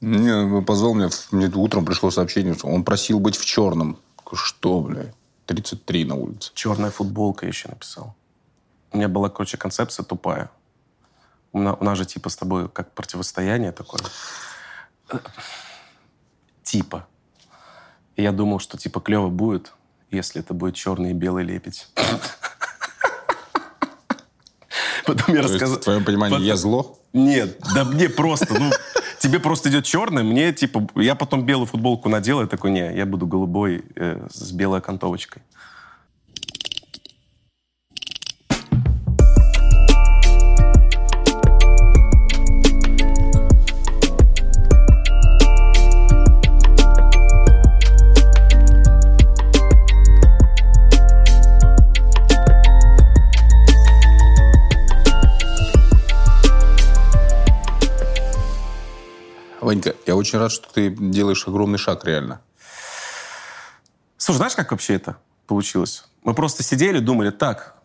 Не, позвал меня, мне утром пришло сообщение, что он просил быть в черном. Что, бля? 33 на улице. Черная футболка еще написал. У меня была, короче, концепция тупая. У нас же типа с тобой как противостояние такое. Типа. И я думал, что типа клево будет, если это будет черный и белый лепить. Потом я рассказал... В твоем понимании я зло? Нет, да мне просто, тебе просто идет черный, мне типа... Я потом белую футболку надел, и такой, не, я буду голубой с белой окантовочкой. Ванька, я очень рад, что ты делаешь огромный шаг реально. Слушай, знаешь, как вообще это получилось? Мы просто сидели, думали, так,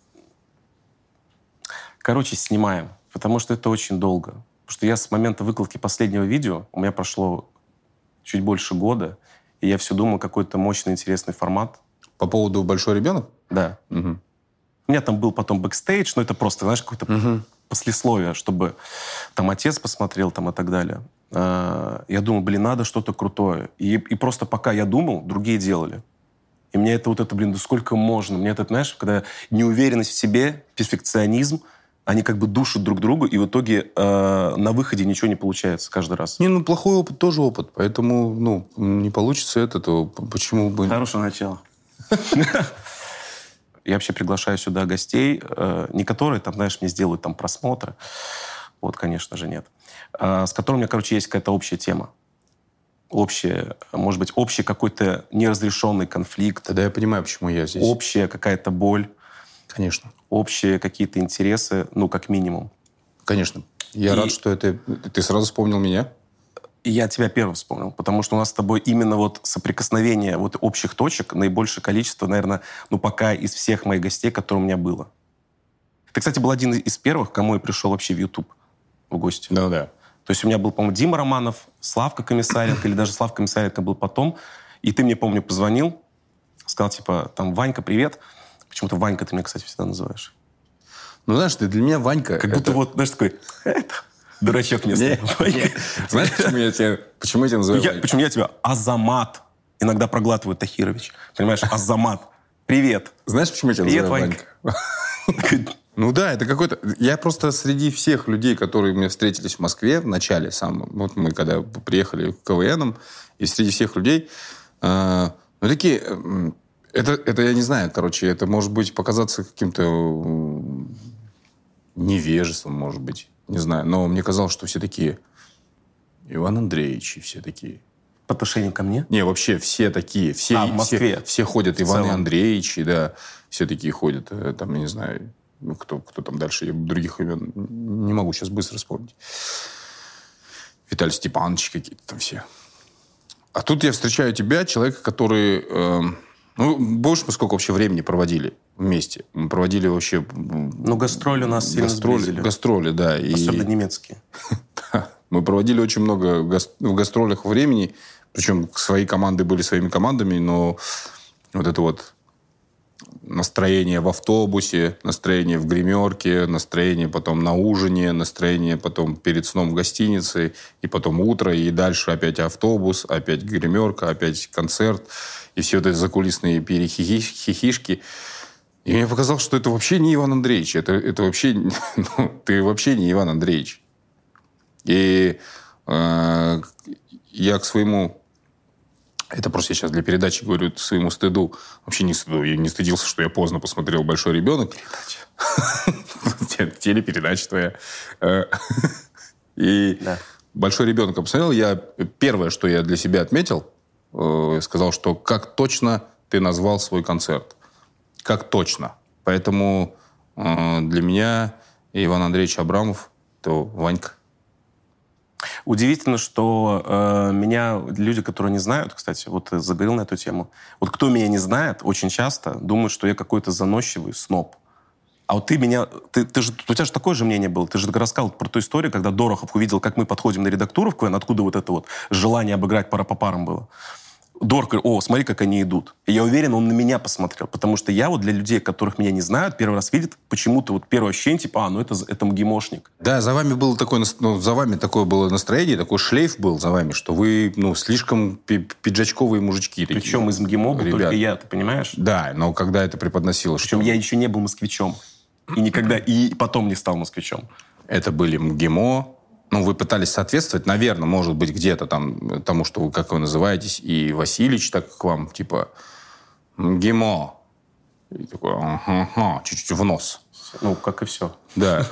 короче, снимаем, потому что это очень долго. Потому что я с момента выкладки последнего видео, у меня прошло чуть больше года, и я все думал, какой-то мощный, интересный формат. По поводу «Большой ребенок»? Да. Угу. У меня там был потом бэкстейдж, но это просто, знаешь, какое-то послесловие, чтобы там отец посмотрел там и так далее. Я думал, надо что-то крутое. И просто пока я думал, другие делали. И мне это да сколько можно? Мне это, знаешь, когда неуверенность в себе, перфекционизм, они как бы душат друг друга, и в итоге на выходе ничего не получается каждый раз. Не, плохой опыт тоже опыт. Поэтому, не получится это, то почему бы... Хорошее начало. Я вообще приглашаю сюда гостей, не которые, там, знаешь, мне сделают там просмотры. Вот, конечно же, нет. С которым у меня, есть какая-то общая тема. Общая, может быть, общий какой-то неразрешенный конфликт. Тогда я понимаю, почему я здесь. Общая какая-то боль. Конечно. Общие какие-то интересы, как минимум. Конечно. Я рад, что ты сразу вспомнил меня. И я тебя первым вспомнил, потому что у нас с тобой именно соприкосновение общих точек наибольшее количество, наверное, пока из всех моих гостей, которые у меня было. Ты, кстати, был один из первых, к кому я пришел вообще в YouTube в гости. Да. То есть у меня был, по-моему, Дима Романов, Славка Комиссаренко, или даже Славка Комиссаренко был потом. И ты мне, помню, позвонил, сказал, типа, там, Ванька, привет. Почему-то Ванька ты меня, кстати, всегда называешь. Знаешь, ты для меня Ванька... Как будто знаешь, такой... Дурачок местный. Знаешь, почему я тебя называю Ванька? Почему я тебя Азамат иногда проглатываю, Тахирович. Понимаешь, Азамат. Привет. Знаешь, почему я тебя называю Ванька? Да, это какой-то... Я просто среди всех людей, которые мне встретились в Москве в начале мы когда приехали к КВНам, и среди всех людей, такие... Это я не знаю, это может быть показаться каким-то невежеством, может быть. Не знаю, но мне казалось, что все такие... Иван Андреевич, и все такие... По отношению ко мне? Не, вообще все такие. Все, в Москве? Все ходят, Иван Андреевич, да. Все такие ходят. Там, я не знаю, кто там дальше. Я других имен не могу сейчас быстро вспомнить. Виталий Степанович какие-то там все. А тут я встречаю тебя, человека, который... больше мы сколько вообще времени проводили вместе. Мы проводили вообще... гастроли у нас сильно сблизили. Гастроли, да. Особенно немецкие. Да. Мы проводили очень много в гастролях времени. Причем свои команды были своими командами, но это настроение в автобусе, настроение в гримерке, настроение потом на ужине, настроение потом перед сном в гостинице, и потом утро, и дальше опять автобус, опять гримерка, опять концерт. И все эти закулисные хихишки. И мне показалось, что это вообще не Иван Андреевич. Это вообще... ты вообще не Иван Андреевич. И я к своему... Это просто я сейчас для передачи говорю, своему стыду. Вообще не стыду. Я не стыдился, что я поздно посмотрел «Большой ребенок». Телепередача твоя. И «Большой ребенок» посмотрел. Первое, что я для себя отметил, сказал, что как точно ты назвал свой концерт. Как точно. Поэтому для меня Иван Андреевич Абрамов – это Ванька. Удивительно, что меня люди, которые не знают, кстати, ты заговорил на эту тему, кто меня не знает, очень часто думают, что я какой-то заносчивый сноб. А вот ты меня... у тебя же такое же мнение было. Ты же рассказал про ту историю, когда Дорохов увидел, как мы подходим на редактуру в КВН, откуда вот это вот желание обыграть пара по парам было. Дорох говорит: о, смотри, как они идут. И я уверен, он на меня посмотрел. Потому что я вот для людей, которых меня не знают, первый раз видят, почему-то вот первое ощущение, типа, это МГИМОшник. Да, за вами было такое, за вами такое было настроение, такой шлейф был за вами, что вы, слишком пиджачковые мужички. Причем из МГИМО был только я, ты понимаешь? Да, но когда это преподносилось... Причем я еще не был москвичом. И никогда, и потом не стал москвичом. Это были МГИМО. Вы пытались соответствовать, наверное, может быть, где-то там тому, что вы, как вы называетесь, и Васильевич так к вам, типа, МГИМО. И такой, ага, чуть-чуть в нос. Как и все. Да.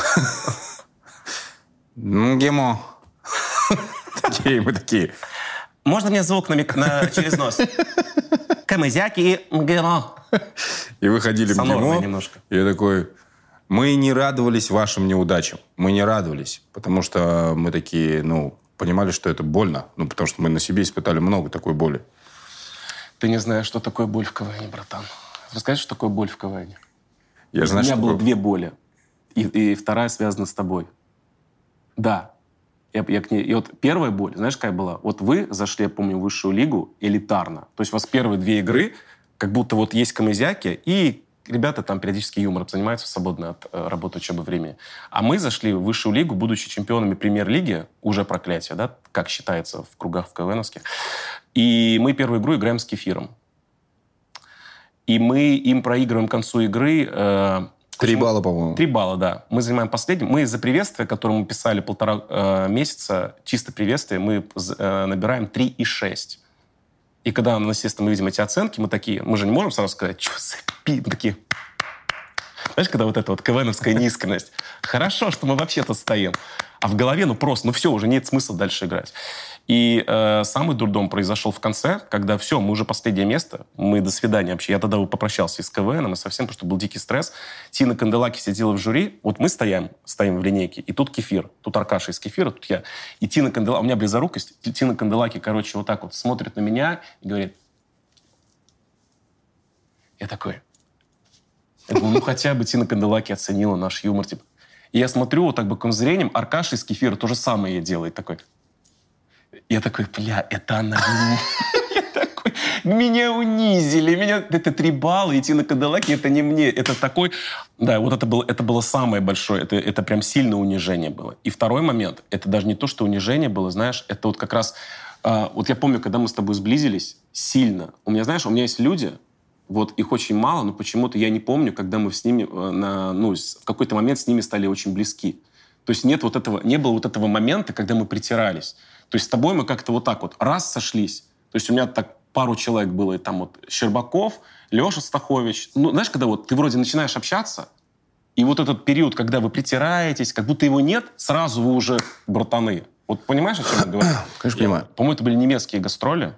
МГИМО. Мы такие. Можно мне звук через нос? Камызяки и МГИМО. И вы ходили в МГИМО. Немножко. И я такой... Мы не радовались вашим неудачам. Мы не радовались. Потому что мы такие, понимали, что это больно. Потому что мы на себе испытали много такой боли. Ты не знаешь, что такое боль в КВН, братан. Расскажи, что такое боль в КВН. У меня было две боли. И вторая связана с тобой. Да. Я к ней... И вот первая боль, знаешь, какая была? Вот вы зашли, я помню, в высшую лигу элитарно. То есть у вас первые две игры, как будто вот есть камызяки, и ребята там периодически юмором занимаются в свободное от работы учебы времени. А мы зашли в высшую лигу, будучи чемпионами премьер-лиги, уже проклятие, да, как считается в кругах в КВНовских. И мы первую игру играем с Кефиром. И мы им проигрываем к концу игры... 3 балла, по-моему. 3 балла, да. Мы занимаем последним. Мы за приветствие, которое мы писали 1,5 месяца, чисто приветствие, мы набираем 3,6. И когда, естественно, мы видим эти оценки, мы же не можем сразу сказать, что за пи... Мы такие... Знаешь, когда вот эта вот КВНовская неискренность. Хорошо, что мы вообще-то стоим. А в голове, просто, все, уже нет смысла дальше играть. И самый дурдом произошел в конце, когда все, мы уже последнее место, мы до свидания вообще. Я тогда попрощался и с КВНом, и совсем, потому что был дикий стресс. Тина Канделаки сидела в жюри, вот мы стоим в линейке, и тут Кефир, тут Аркаша из Кефира, тут я. И Тина Канделаки, у меня близорукость, Тина Канделаки, вот так вот смотрит на меня и говорит... Я такой... Я думаю, хотя бы Тина Канделаки оценила наш юмор, типа. И я смотрю вот так боковым зрением, Аркаша из Кефира то же самое ей делает, такой... Я такой, это она. Я такой, меня унизили. Это 3 балла, идти на Канделаки, это не мне. Это такой... Да, вот это было самое большое. Это прям сильное унижение было. И второй момент, это даже не то, что унижение было, знаешь, это вот как раз... Вот я помню, когда мы с тобой сблизились, сильно. У меня есть люди, вот их очень мало, но почему-то я не помню, когда мы с ними в какой-то момент с ними стали очень близки. То есть не было вот этого момента, когда мы притирались. То есть с тобой мы как-то вот так вот раз сошлись. То есть у меня так пару человек было, и там вот Щербаков, Леша Стахович. Знаешь, когда вот ты вроде начинаешь общаться, и вот этот период, когда вы притираетесь, как будто его нет, сразу вы уже братаны. Вот понимаешь, о чем я говорю? Конечно, понимаю. По-моему, это были немецкие гастроли.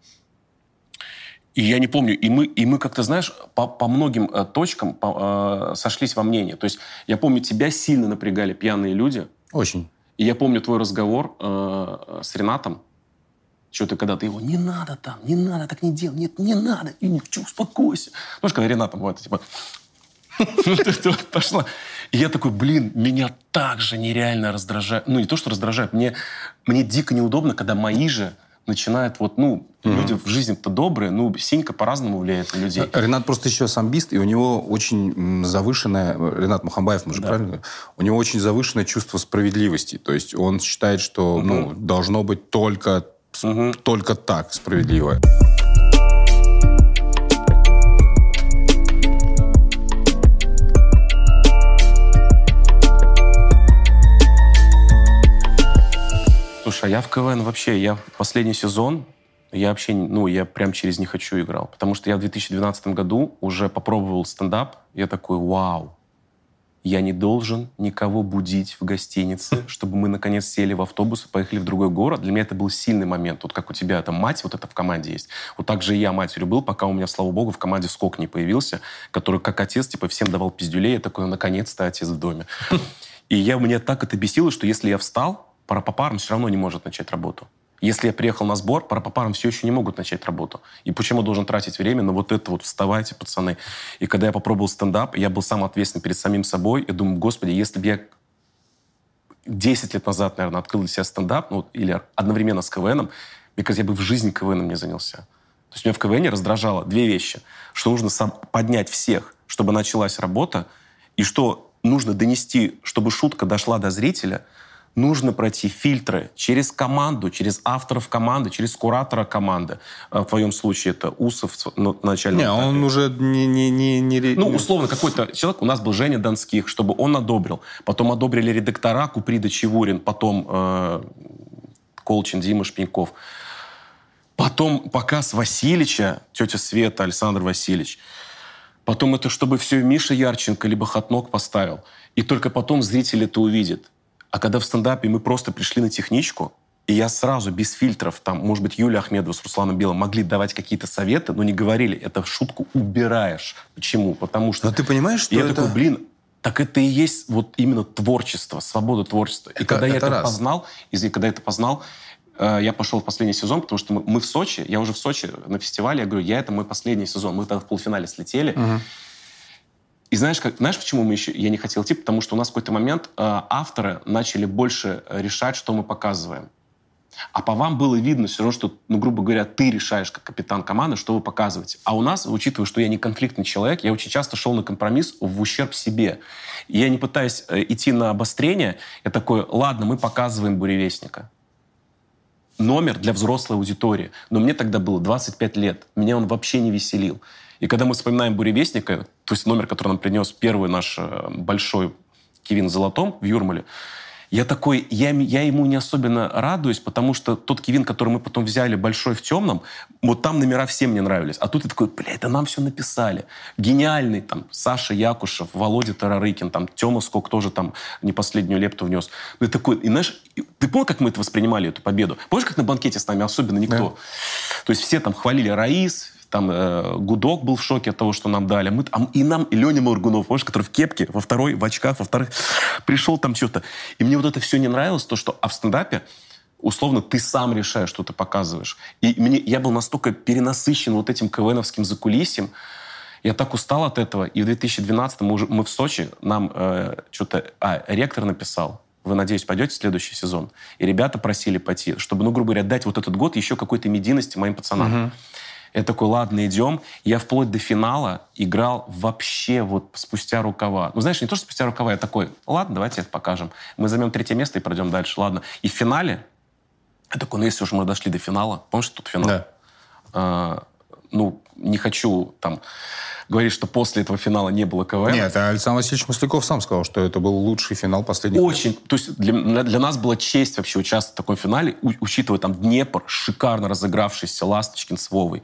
И я не помню. И мы как-то, знаешь, по многим точкам сошлись во мнении. То есть я помню, тебя сильно напрягали пьяные люди. Очень. И я помню твой разговор с Ренатом. Что-то когда ты его, не надо, так не делай, нет, не надо, успокойся. Знаешь, когда Ренатом бывает, типа, пошла. И я такой, меня так же нереально раздражает. Не то, что раздражает, мне дико неудобно, когда мои же начинают люди в жизни-то добрые, Синька по-разному влияет на людей. Ренат просто еще самбист, и у него очень завышенное... Ренат Мухамбаев, мы же правильно говорим? У него очень завышенное чувство справедливости. То есть он считает, что должно быть только так справедливо. Слушай, а я в КВН вообще, последний сезон, я вообще, я прям через «не хочу» играл. Потому что я в 2012 году уже попробовал стендап. Я такой, вау, я не должен никого будить в гостинице, чтобы мы, наконец, сели в автобус и поехали в другой город. Для меня это был сильный момент. Вот как у тебя там мать вот это в команде есть. Вот так же и я матерью был, пока у меня, слава богу, в команде Скок не появился, который как отец, всем давал пиздюлей. Я такой, наконец-то отец в доме. И меня так это бесило, что если я встал, пара по парам все равно не может начать работу. Если я приехал на сбор, пара по парам все еще не могут начать работу. И почему должен тратить время на вот это вот? Вставайте, пацаны. И когда я попробовал стендап, я был сам ответственен перед самим собой. Я думаю, господи, если бы я 10 лет назад, наверное, открыл для себя стендап, ну, или одновременно с КВНом, мне кажется, я бы в жизни КВНом не занялся. То есть меня в КВНе раздражало две вещи. Что нужно поднять всех, чтобы началась работа, и что нужно донести, чтобы шутка дошла до зрителя, нужно пройти фильтры через команду, через авторов команды, через куратора команды. В твоем случае это Усов на начальном этапе. Он уже не... Ну, условно, какой-то человек, у нас был Женя Донских, чтобы он одобрил. Потом одобрили редактора Куприда Чевурин, потом Колчин, Дима Шпеньков. Потом показ Васильича, тетя Света, Александр Васильевич. Потом это, чтобы все Миша Ярченко либо Хатнок поставил. И только потом зритель это увидит. А когда в стендапе мы просто пришли на техничку, и я сразу, без фильтров, там, может быть, Юлия Ахмедова с Русланом Белым могли давать какие-то советы, но не говорили, эту шутку убираешь. Почему? Потому что... Но ты понимаешь, что я это... такой, блин, так это и есть вот именно творчество, свобода творчества. И когда я это познал, я пошел в последний сезон, потому что мы в Сочи, я уже в Сочи на фестивале, я говорю, это мой последний сезон. Мы тогда в полуфинале слетели. Угу. И знаешь, почему я не хотел идти? Потому что у нас в какой-то момент авторы начали больше решать, что мы показываем. А по вам было видно все равно, что, ну, грубо говоря, ты решаешь, как капитан команды, что вы показываете. А у нас, учитывая, что я не конфликтный человек, я очень часто шел на компромисс в ущерб себе. И я не пытаюсь идти на обострение. Я такой, ладно, мы показываем «Буревестника». Номер для взрослой аудитории. Но мне тогда было 25 лет. Меня он вообще не веселил. И когда мы вспоминаем «Буревестника», то есть номер, который нам принес первый наш большой Кевин Золотом в Юрмале, я такой, я ему не особенно радуюсь, потому что тот Кевин, который мы потом взяли большой в темном, вот там номера всем мне нравились. А тут я такой, это нам все написали. Гениальный, там, Саша Якушев, Володя Тарарыкин, там, Тёма Скок тоже там не последнюю лепту внес. Ну, и такой, и знаешь, ты помнишь, как мы это воспринимали, эту победу? Помнишь, как на банкете с нами особенно никто? Да. То есть все там хвалили Раис, там Гудок был в шоке от того, что нам дали. И Леня Моргунов, помнишь, который в кепке, во второй, в очках, во вторых, пришел там что-то. И мне вот это все не нравилось, то, что в стендапе, условно, ты сам решаешь, что ты показываешь. И я был настолько перенасыщен вот этим КВНовским закулисьем, я так устал от этого. И в 2012-м мы в Сочи, нам ректор написал, вы, надеюсь, пойдете в следующий сезон. И ребята просили пойти, чтобы, ну, грубо говоря, дать вот этот год еще какой-то медийности моим пацанам. Угу. Я такой, ладно, идем. Я вплоть до финала играл вообще вот спустя рукава. Ну, знаешь, не то, что спустя рукава, я такой, ладно, давайте это покажем. Мы займем 3-е место и пройдем дальше, ладно. И в финале, я такой, если уж мы дошли до финала, помнишь, тут финал? Да. Не хочу там говорить, что после этого финала не было КВН. Нет, Александр Васильевич Масляков сам сказал, что это был лучший финал последних лет. Очень. То есть для нас была честь вообще участвовать в таком финале, учитывая там Днепр, шикарно разыгравшийся Ласточкин с Вовой.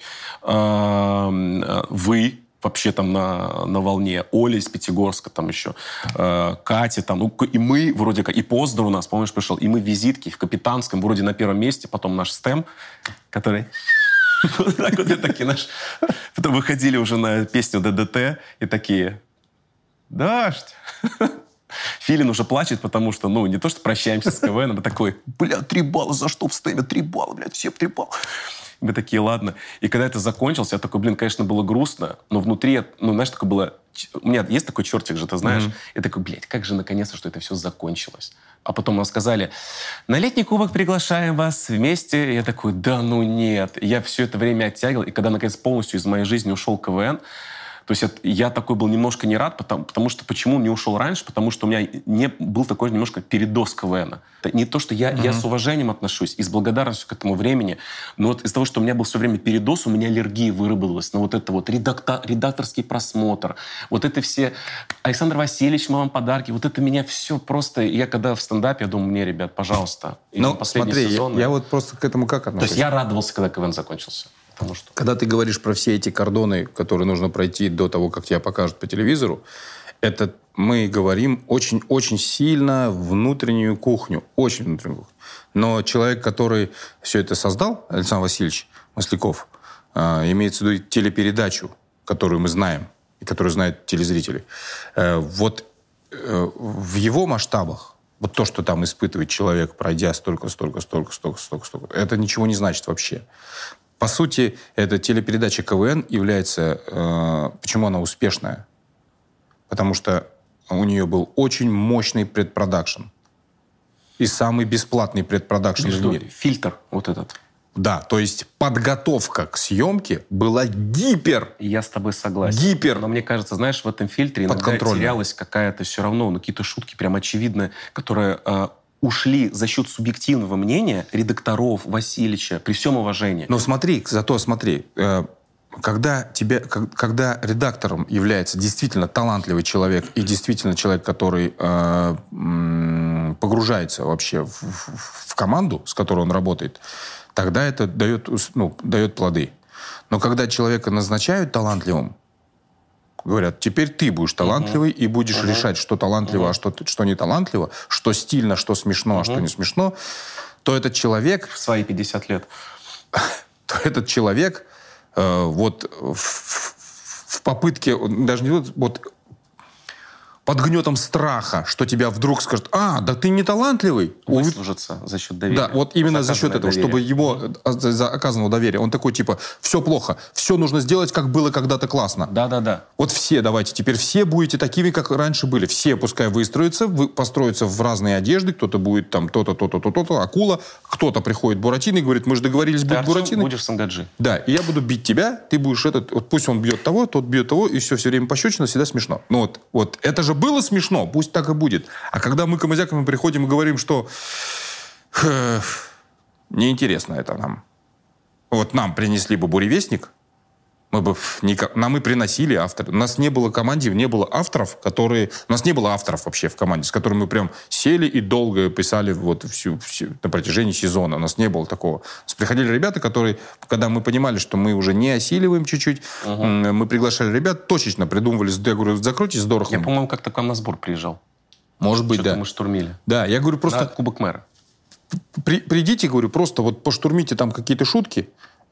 Вы вообще там на волне. Оля из Пятигорска там еще. Катя там. Ну, и мы вроде как... И Познер у нас, помнишь, пришел. И мы в визитке, в Капитанском, вроде на первом месте. Потом наш Стэм, который... Вот так вот и такие наши. Потом выходили уже на песню ДДТ и такие, дождь. Филин уже плачет, потому что, не то, что прощаемся с КВН, а такой, 3 балла, за что в стеме 3 балла, блядь, все 3 балла. Мы такие, ладно. И когда это закончилось, я такой, конечно, было грустно, но внутри, знаешь, такое было... У меня есть такой чертик же, ты знаешь? Я такой, как же наконец-то, что это все закончилось. А потом нам сказали, на летний кубок приглашаем вас вместе. И я такой, нет. И я все это время оттягивал. И когда, наконец, полностью из моей жизни ушел КВН, то есть я такой был немножко не рад, потому что почему не ушел раньше? Потому что у меня был такой немножко передоз КВНа. Это не то, что я с уважением отношусь и с благодарностью к этому времени, но вот из-за того, что у меня был все время передоз, у меня аллергия выработалась на вот это вот редакторский просмотр, вот это все Александр Васильевич, мы вам подарки, вот это меня все просто... Я когда в стендапе, я думаю, ребят, пожалуйста, последний сезон... Я вот просто к этому как отношусь? То есть я радовался, когда КВН закончился. Что... Когда ты говоришь про все эти кордоны, которые нужно пройти до того, как тебя покажут по телевизору, это мы говорим очень-очень сильно внутреннюю кухню. Очень внутреннюю кухню. Но человек, который все это создал, Александр Васильевич Масляков, имеется в виду телепередачу, которую мы знаем, и которую знают телезрители. Вот в его масштабах Вот то, что там испытывает человек, пройдя столько, это ничего не значит вообще. По сути, эта телепередача КВН является... Почему она успешная? Потому что у нее был очень мощный предпродакшн. И самый бесплатный предпродакшн в мире. Фильтр вот этот. Да, то есть подготовка к съемке была Я с тобой согласен. Гипер. Но мне кажется, знаешь, в этом фильтре иногда терялась какая-то все равно, какие-то шутки прям очевидные, которые ушли за счет субъективного мнения редакторов Васильевича, при всем уважении. Но смотри, когда редактором является действительно талантливый человек и действительно человек, который погружается вообще в команду, с которой он работает, тогда это дает плоды. Но когда человека назначают талантливым, говорят, теперь ты будешь талантливый и будешь решать, что талантливо, а что не талантливо, что стильно, что смешно, а что не смешно, то этот человек... В свои 50 лет. То этот человек в попытке, даже не под гнетом страха, что тебя вдруг скажут, да ты не талантливый. Выслужиться за счет доверия. Да, вот именно за счет этого, чтобы его, за оказанного доверия, он такой, типа, все плохо, все нужно сделать, как было когда-то классно. Да. Вот все, давайте, теперь все будете такими, как раньше были. Все пускай построятся в разные одежды, кто-то будет там то-то, акула, кто-то приходит Буратино и говорит, мы же договорились быть Буратино. Будешь Сангаджи. Да, и я буду бить тебя, ты будешь пусть он бьет того, тот бьет того, и все время пощечина, всегда смешно. Ну вот, это же было смешно, пусть так и будет. А когда мы камызяками приходим и говорим, что неинтересно это нам. Вот нам принесли бы буревестник, нам и приносили авторы. У нас не было в команде, не было авторов, у нас не было авторов вообще в команде, с которыми мы прям сели и долго писали на протяжении сезона. У нас не было такого. У нас приходили ребята, которые, когда мы понимали, что мы уже не осиливаем чуть-чуть, мы приглашали ребят, точечно придумывали, я говорю, закройтесь с Дорохом. Я, по-моему, как-то к вам на сбор приезжал. Может быть, Что-то мы штурмили. Да, я говорю, просто... На Кубок мэра. Придите, говорю, просто вот поштурмите там какие-то шутки,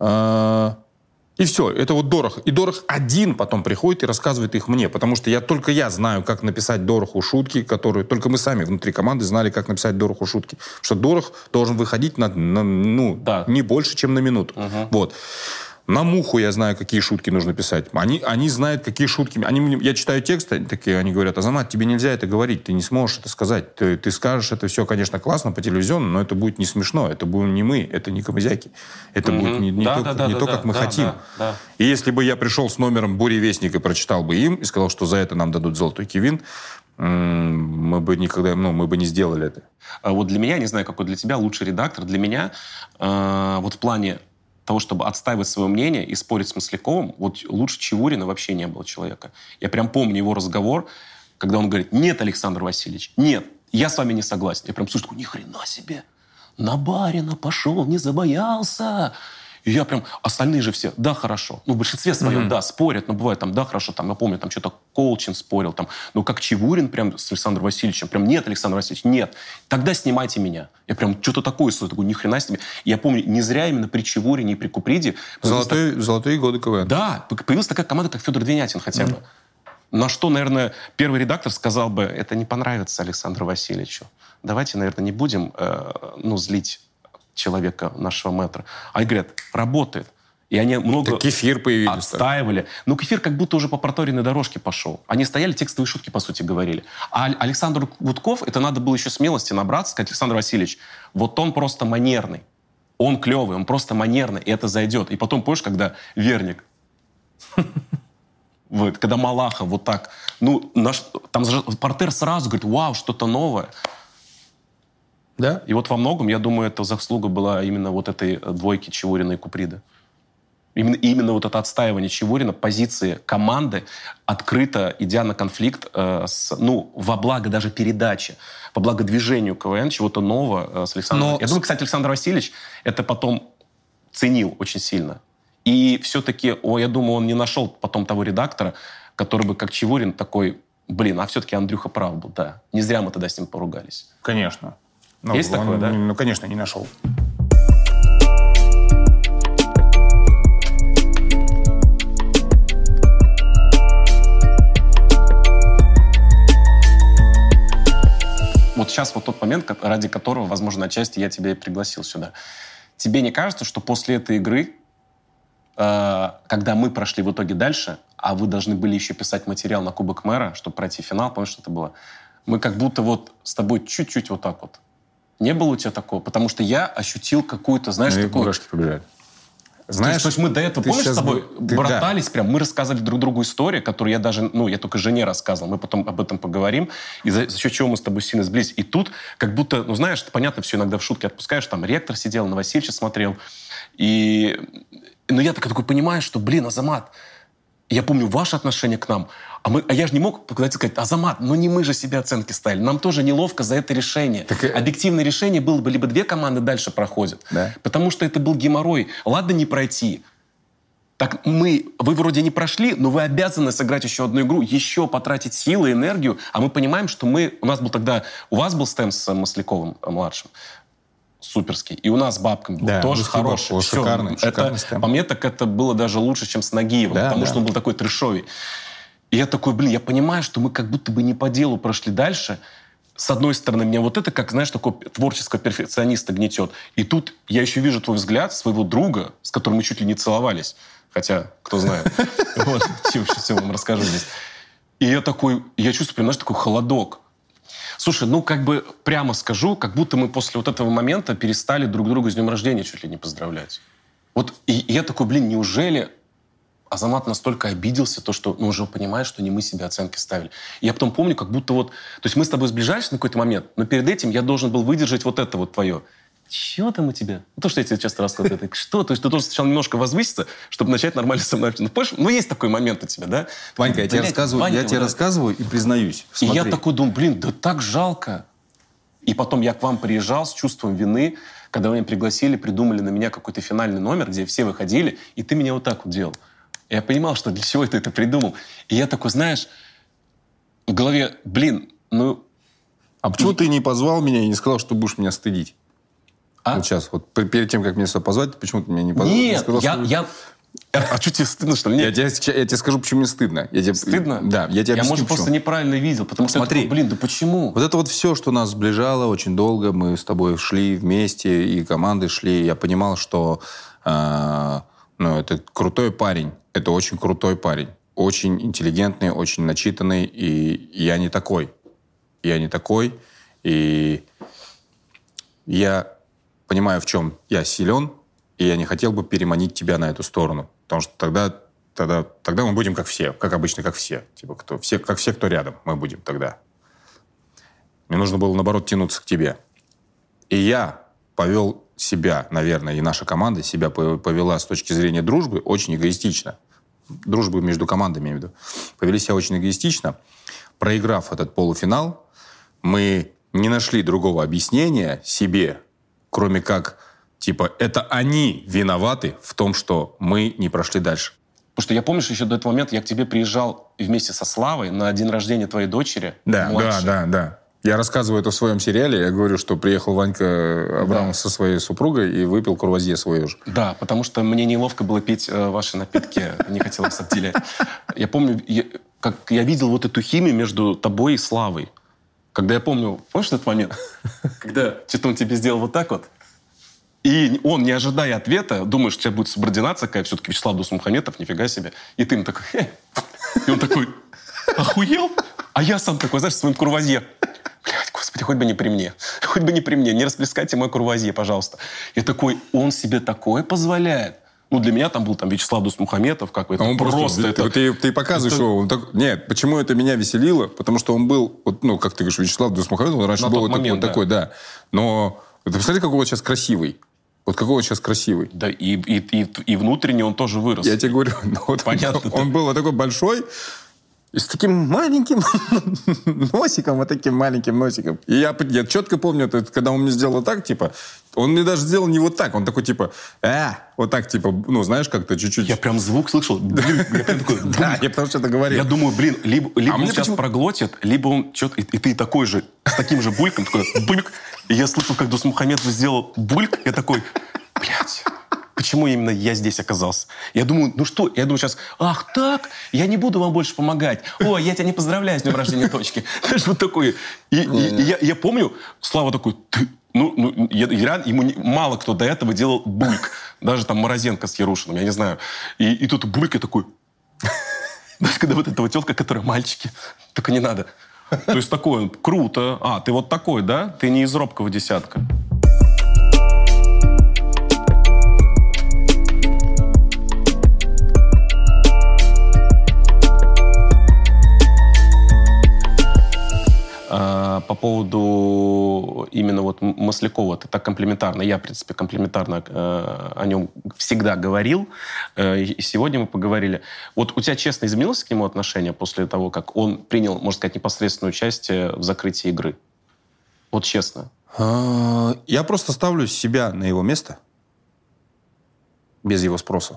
и все, это вот Дорох. И Дорох один потом приходит и рассказывает их мне, потому что только я знаю, как написать Дороху шутки, которые... Только мы сами внутри команды знали, как написать Дороху шутки. Потому что Дорох должен выходить не больше, чем на минуту. Вот. На Муху я знаю, какие шутки нужно писать. Они знают, какие шутки... Я читаю текст, они говорят, Азамат, тебе нельзя это говорить, ты не сможешь это сказать. Ты скажешь, это все, конечно, классно по телевизиону, но это будет не смешно, это будем не мы, это не камызяки. Это будет не то, как мы хотим. Да. И если бы я пришел с номером «Буревестник» и прочитал бы им, и сказал, что за это нам дадут золотой кивин, мы бы не сделали это. Вот для меня, не знаю, какой для тебя лучший редактор, для меня вот в плане того, чтобы отстаивать свое мнение и спорить с Масляковым, вот лучше Чевурина вообще не было человека. Я прям помню его разговор, когда он говорит, нет, Александр Васильевич, нет, я с вами не согласен. Я прям слышу, ни хрена себе, на барина пошел, не забоялся. И я прям, остальные же все, да, хорошо. В большинстве своем, да, спорят, но бывает там, да, хорошо, там, я помню, там что-то Колчин спорил, там, как Чевурин прям с Александром Васильевичем, прям, нет, Александр Васильевич, нет, тогда снимайте меня. Я прям что-то такое слышу, такой, ни хрена себе. Я помню, не зря именно при Чевурине и при Куприде... Золотые годы КВН. Да, появилась такая команда, как Федор Двинятин хотя бы. На что, наверное, первый редактор сказал бы, это не понравится Александру Васильевичу. Давайте, наверное, не будем злить человека, нашего мэтра. Они говорят, работает. И они много Кефир появился. Отстаивали. Кефир как будто уже по проторенной дорожке пошел. Они стояли, текстовые шутки, по сути, говорили. А Александр Гудков, это надо было еще смелости набраться, сказать, Александр Васильевич, вот он просто манерный. Он клевый, он просто манерный, и это зайдет. И потом, помнишь, когда Верник, когда Малахов вот так, там портер сразу говорит, вау, что-то новое. Да? И вот во многом, я думаю, это заслуга была именно вот этой двойки Чевурина и Куприды. Именно вот это отстаивание Чевурина, позиции команды, открыто идя на конфликт во благо даже передачи, во благо движению КВН, чего-то нового с Александром. Я думаю, кстати, Александр Васильевич это потом ценил очень сильно. И все-таки, я думаю, он не нашел потом того редактора, который бы, как Чевурин, такой, а все-таки Андрюха прав был, да. Не зря мы тогда с ним поругались. Конечно. Есть такое, да? Конечно, не нашел. Вот сейчас вот тот момент, ради которого, возможно, отчасти я тебя и пригласил сюда. Тебе не кажется, что после этой игры, когда мы прошли в итоге дальше, а вы должны были еще писать материал на Кубок Мэра, чтобы пройти финал, помнишь, что это было? Мы как будто вот с тобой чуть-чуть вот так вот. Не было у тебя такого? Потому что я ощутил какую-то, знаешь, такую... Мурашки побежали. Знаешь, то есть мы до этого, помнишь, с тобой братались прям, мы рассказывали друг другу историю, которую я даже, я только жене рассказывал, мы потом об этом поговорим, и за счет чего мы с тобой сильно сблизились. И тут как будто, знаешь, понятно, все иногда в шутке отпускаешь, там ректор сидел, Новосельча смотрел, но я такой понимаю, что, Азамат, я помню ваши отношения к нам, а я же не мог сказать, Азамат, не мы же себе оценки ставили, нам тоже неловко за это решение. Объективное решение было бы, либо две команды дальше проходят, да. Потому что это был геморрой. Ладно, не пройти. Так вы вроде не прошли, но вы обязаны сыграть еще одну игру, еще потратить силы, энергию, а мы понимаем, что у вас был стем с Масляковым младшим, суперский. И у нас с Бабком был тоже хороший. Шикарный по мне, так это было даже лучше, чем с Нагиевым, потому что он был такой трэшовый. И я такой, я понимаю, что мы как будто бы не по делу прошли дальше. С одной стороны, меня вот это, как, знаешь, такого творческого перфекциониста гнетет. И тут я еще вижу твой взгляд своего друга, с которым мы чуть ли не целовались. Хотя, кто знает. Вот, все вам расскажу здесь. И я чувствую, прям, знаешь, такой холодок. Слушай, прямо скажу, как будто мы после вот этого момента перестали друг друга с днем рождения чуть ли не поздравлять. Вот, и я такой, неужели Азамат настолько обиделся, что он уже понимает, что не мы себе оценки ставили. И я потом помню, как будто то есть мы с тобой сближаемся на какой-то момент, но перед этим я должен был выдержать вот это вот твое. Чего там у тебя? То, что я тебе часто рассказываю. Что? То есть ты должен сначала немножко возвыситься, чтобы начать нормально со мной. Есть такой момент у тебя, да? Ванька, я тебе рассказываю и признаюсь. Смотри. И я такой думаю, да так жалко. И потом я к вам приезжал с чувством вины, когда вы меня пригласили, придумали на меня какой-то финальный номер, где все выходили, и ты меня вот так вот делал. Я понимал, что для чего ты это придумал. И я такой, знаешь, в голове, А почему ты не позвал меня и не сказал, что будешь меня стыдить? Вот сейчас, перед тем, как меня сюда позвать, почему ты меня не позвал? Нет, А что тебе стыдно, что ли? Нет. Я тебе скажу, почему мне стыдно. Стыдно? Да, я тебе объясню, может, просто неправильно видел, потому что Смотри, я такой, да почему? Вот это вот все, что нас сближало очень долго, мы с тобой шли вместе, и команды шли, я понимал, что это крутой парень, это очень крутой парень, очень интеллигентный, очень начитанный, и я не такой. И я понимаю, в чем я силен, и я не хотел бы переманить тебя на эту сторону. Потому что тогда мы будем как все, как обычно, как все. Как все, кто рядом, мы будем тогда. Мне нужно было, наоборот, тянуться к тебе. И я повел себя, наверное, и наша команда себя повела с точки зрения дружбы очень эгоистично. Дружбы между командами, я имею в виду. Повели себя очень эгоистично. Проиграв этот полуфинал, мы не нашли другого объяснения себе, кроме как, это они виноваты в том, что мы не прошли дальше. Потому что я помню, что еще до этого момента я к тебе приезжал вместе со Славой на день рождения твоей дочери. Да. Я рассказываю это в своем сериале. Я говорю, что приехал Ванька Абрамов со своей супругой и выпил курвазье свое же. Да, потому что мне неловко было пить ваши напитки. Не хотелось отделять. Я помню, как я видел вот эту химию между тобой и Славой. Когда я помню... Помнишь этот момент? Когда что-то он тебе сделал вот так вот. И он, не ожидая ответа, думаешь, что у тебя будет субординация какая, все-таки Вячеслав Дусмухаметов, нифига себе. И ты ему такой... И он такой... Охуел? А я сам такой, знаешь, в своем курвазье. Блядь, господи, хоть бы не при мне. Хоть бы не при мне. Не расплескайте мой курвазье, пожалуйста. Я такой, он себе такое позволяет. Для меня там был Вячеслав Дусмухаметов. Он просто ты показываешь его. Нет, почему это меня веселило? Потому что он был, как ты говоришь, Вячеслав Дусмухаметов, он раньше был такой, да. Но ты посмотри, какой он сейчас красивый. Какой он сейчас красивый. Да, и внутренне он тоже вырос. Я тебе говорю, понятно. Он был такой большой, и с таким маленьким носиком, таким маленьким носиком. И я четко помню, когда он мне сделал так, он мне даже сделал не вот так, он такой, вот так, знаешь, как-то чуть-чуть. Я прям звук слышал. Я прям такой, да, я потому что это говорил. Я думаю, либо он сейчас проглотит, либо он что-то... И ты такой же, с таким же бульком, такой бульк. И я слышал, как Дусмухаметов сделал бульк, я такой, блядь, почему именно я здесь оказался? Я думаю, ну что? Я думаю сейчас, ах так, я не буду вам больше помогать. Ой, я тебя не поздравляю с днем рождения, точки. Знаешь, вот такой. И я помню, Слава такой, ты... ему мало кто до этого делал бульк. Даже там Морозенко с Ярушиным, я не знаю. И тут бульк, я такой... Знаешь, когда вот эта вот тетка, которая мальчики, только не надо. То есть такой, круто. А, ты вот такой, да? Ты не из робкого десятка. По поводу именно вот Маслякова, ты так комплиментарно, я, в принципе, комплиментарно о нем всегда говорил, и сегодня мы поговорили. Вот у тебя, честно, изменилось к нему отношение после того, как он принял, можно сказать, непосредственное участие в закрытии игры? Вот честно. Я просто ставлю себя на его место, без его спроса.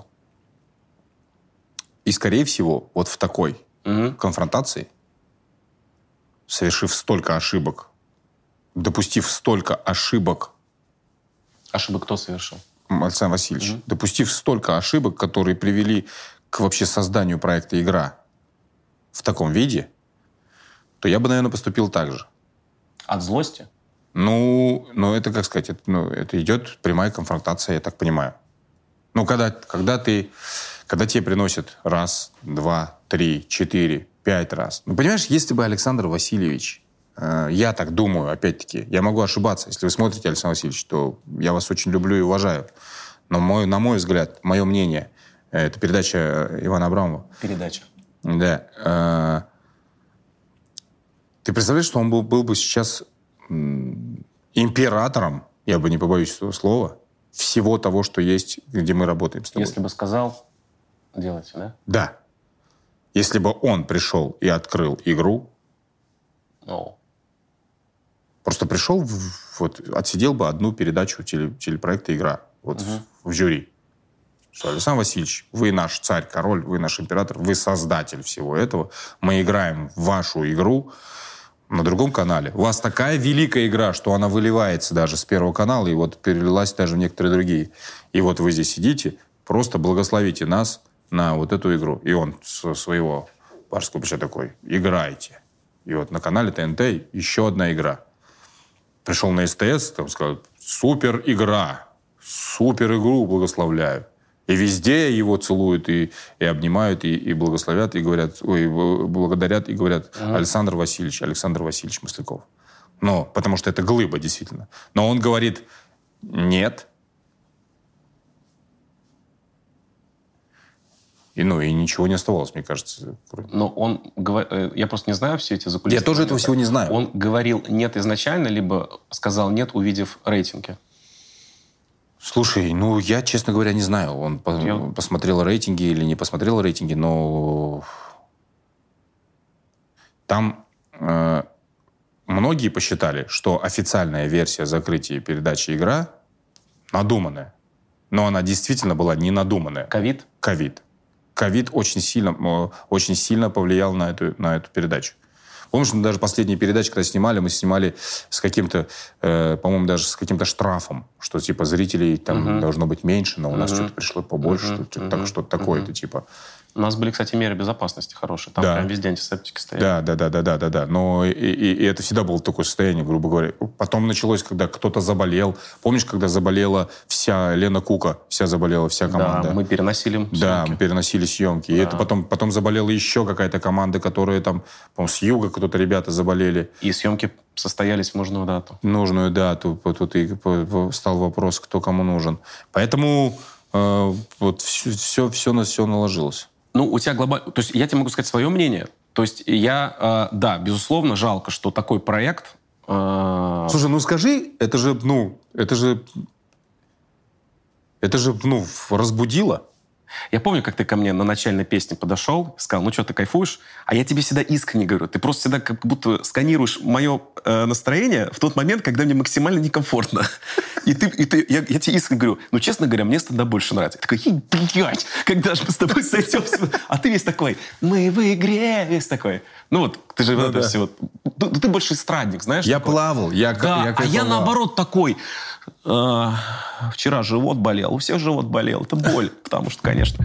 И, скорее всего, вот в такой конфронтации, совершив столько ошибок, допустив столько ошибок... Ошибок кто совершил? Александр Васильевич. Допустив столько ошибок, которые привели к вообще созданию проекта «Игра» в таком виде, то я бы, наверное, поступил так же. От злости? Ну это, как сказать, это идет прямая конфронтация, я так понимаю. Ну, когда тебе приносят раз, два, три, 4, 5 раз. Ну, понимаешь, если бы Александр Васильевич, я так думаю, опять-таки, я могу ошибаться. Если вы смотрите, Александр Васильевич, то я вас очень люблю и уважаю. Но на мой взгляд, мое мнение, это передача Ивана Абрамова. Передача. Да. Ты представляешь, что он был бы сейчас императором, я бы не побоюсь этого слова, всего того, что есть, где мы работаем с тобой. Если бы сказал, делайте, да? Да. Если бы он пришел и открыл игру, просто пришел, отсидел бы одну передачу телепроекта «Игра» в жюри. Что, Александр Васильевич, вы наш царь, король, вы наш император, вы создатель всего этого. Мы играем в вашу игру на другом канале. У вас такая великая игра, что она выливается даже с Первого канала и вот перелилась даже в некоторые другие. И вот вы здесь сидите, просто благословите нас на вот эту игру. И он со своего барского плеча такой: играйте. И вот на канале ТНТ еще одна игра. Пришел на СТС, там сказал: супер игра, супер игру благословляю. И везде его целуют, и обнимают, и благословят, и говорят, благодарят, и говорят: Александр Васильевич Масляков. Ну, потому что это глыба, действительно. Но он говорит: нет. И ничего не оставалось, мне кажется. Но он... Я просто не знаю все эти закулисные... Я тоже этого всего не знаю. Он говорил нет изначально, либо сказал нет, увидев рейтинги? Слушай, я, честно говоря, не знаю, он посмотрел рейтинги или не посмотрел рейтинги, но там многие посчитали, что официальная версия закрытия передачи «Игра» надуманная. Но она действительно была не надуманная. Ковид? Ковид очень сильно повлиял на эту передачу. Помнишь, мы даже последние передачи, когда мы снимали с каким-то, по-моему, даже с каким-то штрафом, что типа зрителей там должно быть меньше, но у нас что-то пришло побольше, что-то такое-то типа. У нас были, кстати, меры безопасности хорошие. Там прям везде антисептики стояли. Да. Но и это всегда было такое состояние, грубо говоря. Потом началось, когда кто-то заболел. Помнишь, когда заболела вся Лена Кука, вся команда? Да, мы переносили съемки. Да, мы переносили съемки. Да. И это потом заболела еще какая-то команда, которая там, по-моему, с юга кто-то ребята заболели. И съемки состоялись в нужную дату. Тут и стал вопрос, кто кому нужен. Поэтому вот все наложилось. У тебя глобально... То есть я тебе могу сказать свое мнение. То есть да, безусловно, жалко, что такой проект... Слушай, скажи, это же разбудило. Я помню, как ты ко мне на начальной песне подошел, сказал: что, ты кайфуешь? А я тебе всегда искренне говорю. Ты просто всегда как будто сканируешь мое настроение в тот момент, когда мне максимально некомфортно. И я тебе искренне говорю: честно говоря, мне стендап больше нравится. Я такой: блядь, когда же мы с тобой сойдемся? А ты весь такой: мы в игре, весь такой. Ты же вот это все вот... Ты больше эстрадник, знаешь? Я такой. плавал, я А я наоборот такой... Вчера живот болел, у всех живот болел. Это боль, потому что, конечно...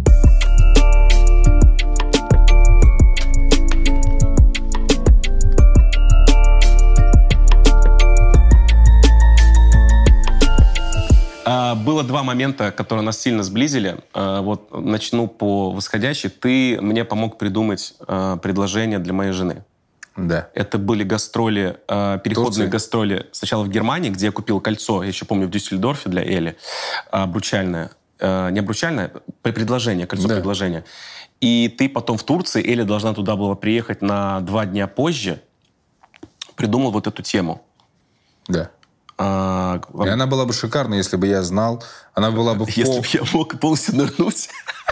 Было два момента, которые нас сильно сблизили. Вот начну по восходящей. Ты мне помог придумать предложение для моей жены. Да. Это были гастроли, переходные гастроли. Сначала в Германии, где я купил кольцо, я еще помню, в Дюссельдорфе для Эли, обручальное. Не обручальное, предложение, кольцо предложения. И ты потом в Турции, Эля должна туда была приехать на 2 дня позже, придумал вот эту тему. Да. И она была бы шикарна, если бы я знал. Она была бы... Если бы я мог полностью нырнуть.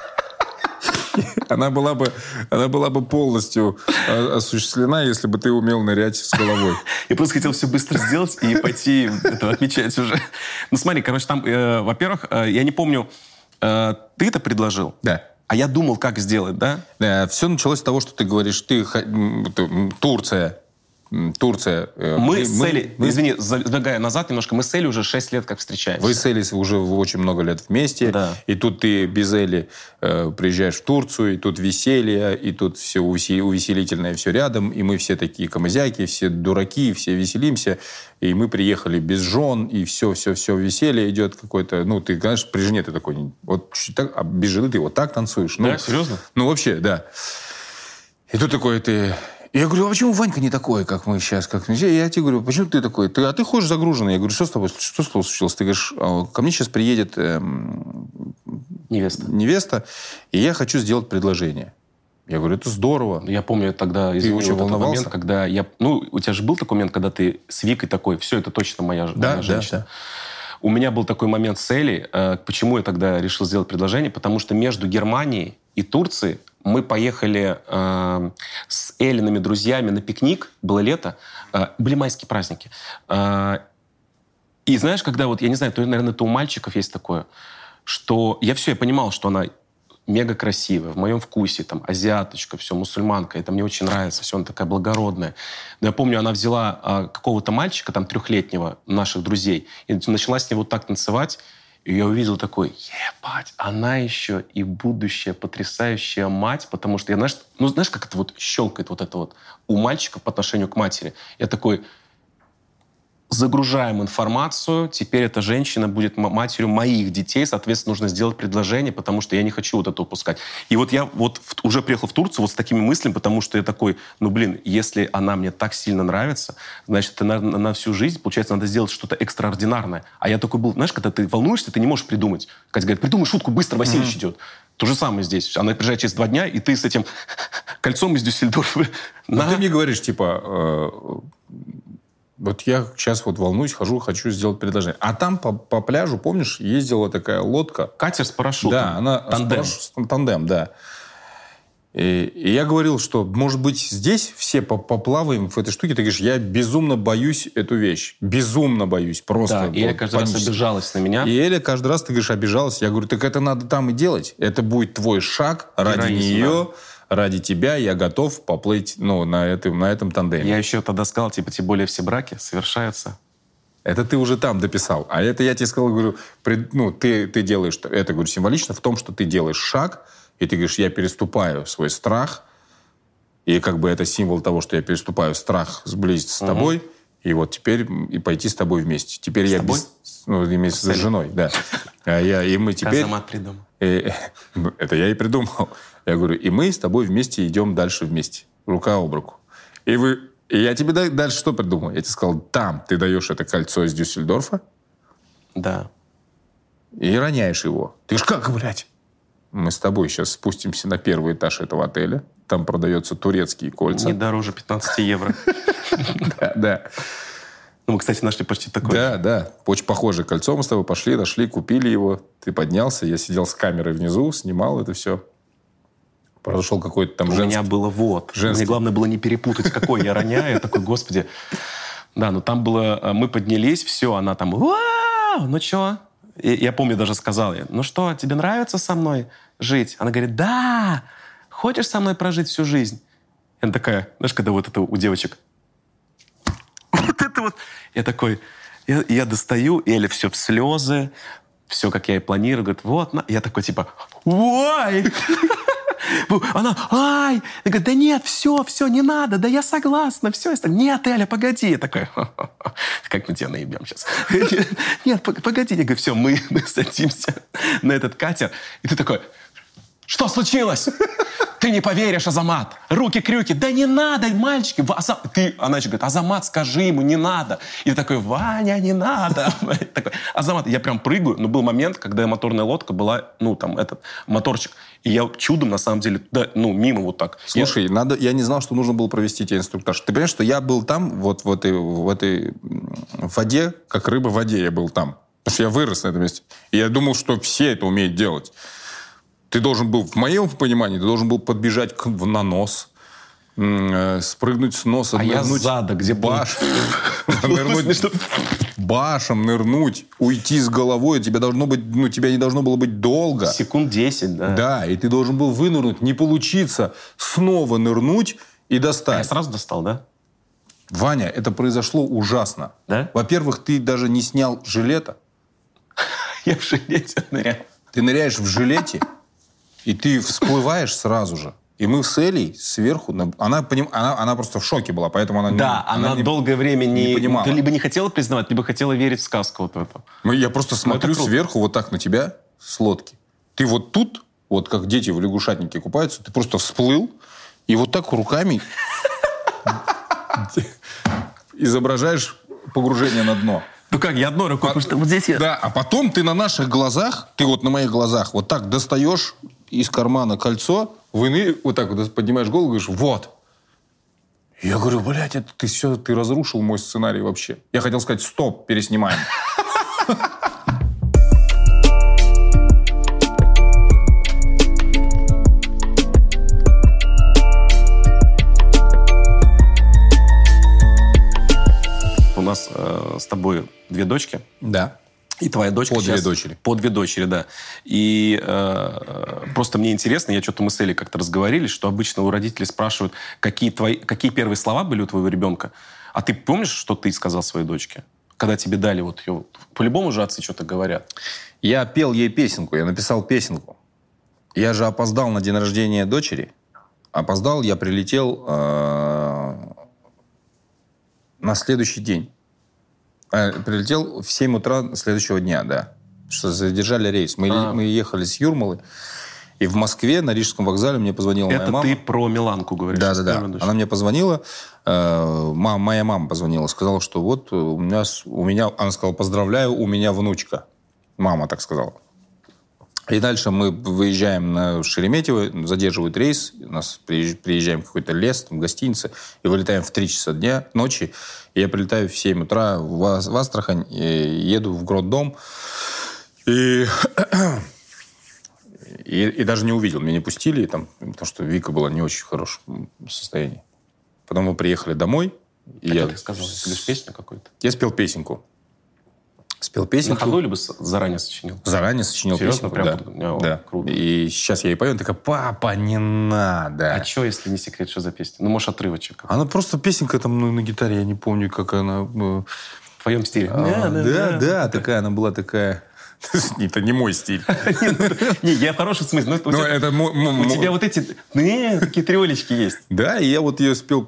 Она была бы полностью осуществлена, если бы ты умел нырять с головой. Я просто хотел все быстро сделать и пойти отмечать уже. Ну смотри, короче, там, во-первых, я не помню, ты это предложил? Да. А я думал, как сделать, да? Да, все началось с того, что ты говоришь, Турция. Мы с Элей, извини, забегая назад немножко, мы с Элей уже 6 лет как встречаемся. Вы с Элей уже очень много лет вместе. Да. И тут ты без Эли приезжаешь в Турцию, и тут веселье, и тут все увеселительное все рядом. И мы все такие камазяки, все дураки, все веселимся. И мы приехали без жен, и все веселье идет какое-то. Ну, ты, конечно, при жене ты такой, вот чуть так, а без жены ты вот так танцуешь. Да, серьезно? Ну, вообще, да. И тут такой ты... Я говорю, а почему Ванька не такой, как мы сейчас? Я тебе говорю, почему ты такой? А ты ходишь загруженный. Я говорю, что с тобой случилось? Ты говоришь, ко мне сейчас приедет невеста, и я хочу сделать предложение. Я говорю, это здорово. Я помню тогда, извини, очень вот этот волновался? момент, когда я... Ну, у тебя же был такой момент, когда ты с Викой такой, все, это точно моя женщина. Да. У меня был такой момент с Элей. Почему я тогда решил сделать предложение? Потому что между Германией и Турцией мы поехали с Элиными друзьями на пикник. Было лето. Были майские праздники. И знаешь, когда вот, я не знаю, наверное, это у мальчиков есть такое, что я понимал, что она мега красивая, в моем вкусе, там, азиаточка, все, мусульманка, это мне очень нравится, все, она такая благородная. Но я помню, она взяла какого-то мальчика, там, 3-летнего, наших друзей, и начала с него так танцевать, и я увидел такой, ебать, она еще и будущая потрясающая мать, потому что я, знаешь, как это вот щелкает вот это вот у мальчиков по отношению к матери. Я такой... Загружаем информацию, теперь эта женщина будет матерью моих детей, соответственно, нужно сделать предложение, потому что я не хочу вот это упускать. И вот я уже приехал в Турцию вот с такими мыслями, потому что я такой, если она мне так сильно нравится, значит, это на всю жизнь, получается, надо сделать что-то экстраординарное. А я такой был, знаешь, когда ты волнуешься, ты не можешь придумать. Катя говорит, придумай шутку, быстро, Васильевич идет. То же самое здесь. Она приезжает через 2 дня, и ты с этим кольцом из Дюссельдорфа... Ты мне говоришь, типа... Вот я сейчас вот волнуюсь, хочу сделать предложение. А там по пляжу, помнишь, ездила такая лодка. Катер с парашютом. Да, она... Тандем, да. И я говорил, что, может быть, здесь все поплаваем в этой штуке. Ты говоришь, я безумно боюсь эту вещь. Безумно боюсь. Просто. Да, и Эля каждый раз обижалась на меня. И Эля каждый раз, ты говоришь, обижалась. Я говорю, так это надо там и делать. Это будет твой шаг ради нее. Ради тебя я готов поплыть на этом тандеме. Я еще тогда сказал, тем более все браки совершаются. Это ты уже там дописал. А это я тебе сказал, говорю, ты делаешь... Это, говорю, символично в том, что ты делаешь шаг, и ты говоришь, я переступаю свой страх, и как бы это символ того, что я переступаю страх сблизиться с тобой, и вот теперь и пойти с тобой вместе. Теперь с тобой? С женой, да. И мы теперь... Казамат придумал. Это я и придумал. Я говорю, и мы с тобой вместе идем дальше вместе. Рука об руку. И я тебе дальше что придумал? Я тебе сказал, там ты даешь это кольцо из Дюссельдорфа. Да. И роняешь его. Ты ж как, блядь? Мы с тобой сейчас спустимся на 1-й этаж этого отеля. Там продаются турецкие кольца. Не дороже 15 евро. Да. Мы, кстати, нашли почти такое. Да. Очень похожее кольцо. Мы с тобой пошли, нашли, купили его. Ты поднялся. Я сидел с камерой внизу, снимал это все. Произошел какой-то там женский... У меня было Мне главное было не перепутать, какой я роняю. Я такой, господи. Да, но там было... Мы поднялись, все, она там... Вау! Ну что? Я помню, даже сказал ей, ну что, тебе нравится со мной жить? Она говорит, да! Хочешь со мной прожить всю жизнь? И она такая, знаешь, когда вот это у девочек... Вот это вот... Я такой... Я достаю, и Эля все в слезы, все, как я и планирую. Говорит, вот, на. Я такой, типа, ой! Она, ай! Я говорю, да нет, все, не надо, да я согласна, все. Нет, Эля, погоди. Я такой, как мы тебя наебем сейчас? Нет, погоди. Я говорю, все, мы садимся на этот катер. И ты такой, что случилось? Ты не поверишь, Азамат. Руки-крюки. Да не надо, мальчики. Она еще говорит, Азамат, скажи ему, не надо. И ты такой, Ваня, не надо. Такой, Азамат, я прям прыгаю. Но был момент, когда моторная лодка была, там, этот моторчик. И я чудом, на самом деле, мимо вот так. Слушай, я не знал, что нужно было провести тебе инструктаж. Ты понимаешь, что я был там, вот в этой воде, как рыба в воде я был там. Потому что я вырос на этом месте. И я думал, что все это умеют делать. Ты должен был, в моем понимании, ты должен был подбежать на нос, спрыгнуть с носа, нырнуть. Я сзади, где башем нырнуть, уйти с головой. Тебя не должно было быть долго. Секунд 10, да. Да, и ты должен был вынырнуть, не получиться, снова нырнуть и достать. Я сразу достал, да? Ваня, это произошло ужасно. Да? Во-первых, ты даже не снял жилета. Я в жилете ныряю. Ты ныряешь в жилете, и ты всплываешь сразу же. И мы с Элей сверху... Она просто в шоке была, поэтому она... Да, она долгое время не понимала. Либо не хотела признавать, либо хотела верить в сказку вот эту. Я просто смотрю сверху вот так на тебя с лодки. Ты вот тут, вот как дети в лягушатнике купаются, ты просто всплыл, и вот так руками изображаешь погружение на дно. Ну как, я одной рукой, потому что вот здесь я... Да, а потом ты на наших глазах, ты вот на моих глазах вот так достаешь из кармана кольцо, вот так вот поднимаешь голову и говоришь, вот. Я говорю, блядь, это ты разрушил мой сценарий вообще. Я хотел сказать, стоп, переснимаем. У нас с тобой 2 дочки. Да. И твоя дочка по сейчас... 2 дочери. По 2 дочери, да. И просто мне интересно, мы с Элей как-то разговорились, что обычно у родителей спрашивают, какие первые слова были у твоего ребенка. А ты помнишь, что ты сказал своей дочке? Когда тебе дали вот ее... По-любому же отцы что-то говорят. Я пел ей песенку, я написал песенку. Я же опоздал на день рождения дочери. Опоздал, я прилетел на следующий день. Прилетел в 7 утра следующего дня, да. Что задержали рейс. Мы ехали с Юрмалы. И в Москве на Рижском вокзале мне позвонила моя мама. Это ты про Миланку говоришь? Да. Она мне позвонила. Моя мама позвонила. Сказала, что вот у меня... Она сказала, поздравляю, у меня внучка. Мама так сказала. И дальше мы выезжаем на Шереметьево, задерживают рейс, приезжаем в какой-то лес, в гостинице, и вылетаем в 3 часа ночи. И я прилетаю в 7 утра в Астрахань, и еду в Гроддом, и даже не увидел, меня не пустили, потому что Вика была не очень в хорошем состоянии. Потом мы приехали домой. Ты сказал, ты пишешь песню какую-то? Я спел песенку. Спел песенку. На ходу либо заранее сочинил? Заранее сочинил серьезно? песенку, Прям да. Круто. И сейчас я ей пою, она такая, папа, не надо. А что, если не секрет, что за песня? Ну, может, отрывочек. Она просто песенка там на гитаре, я не помню, как она... В твоем стиле? Да, такая, она была такая... Это не мой стиль. Не, я в хорошем смысле. У тебя вот эти такие трёлечки есть. Да, и я вот ее спел...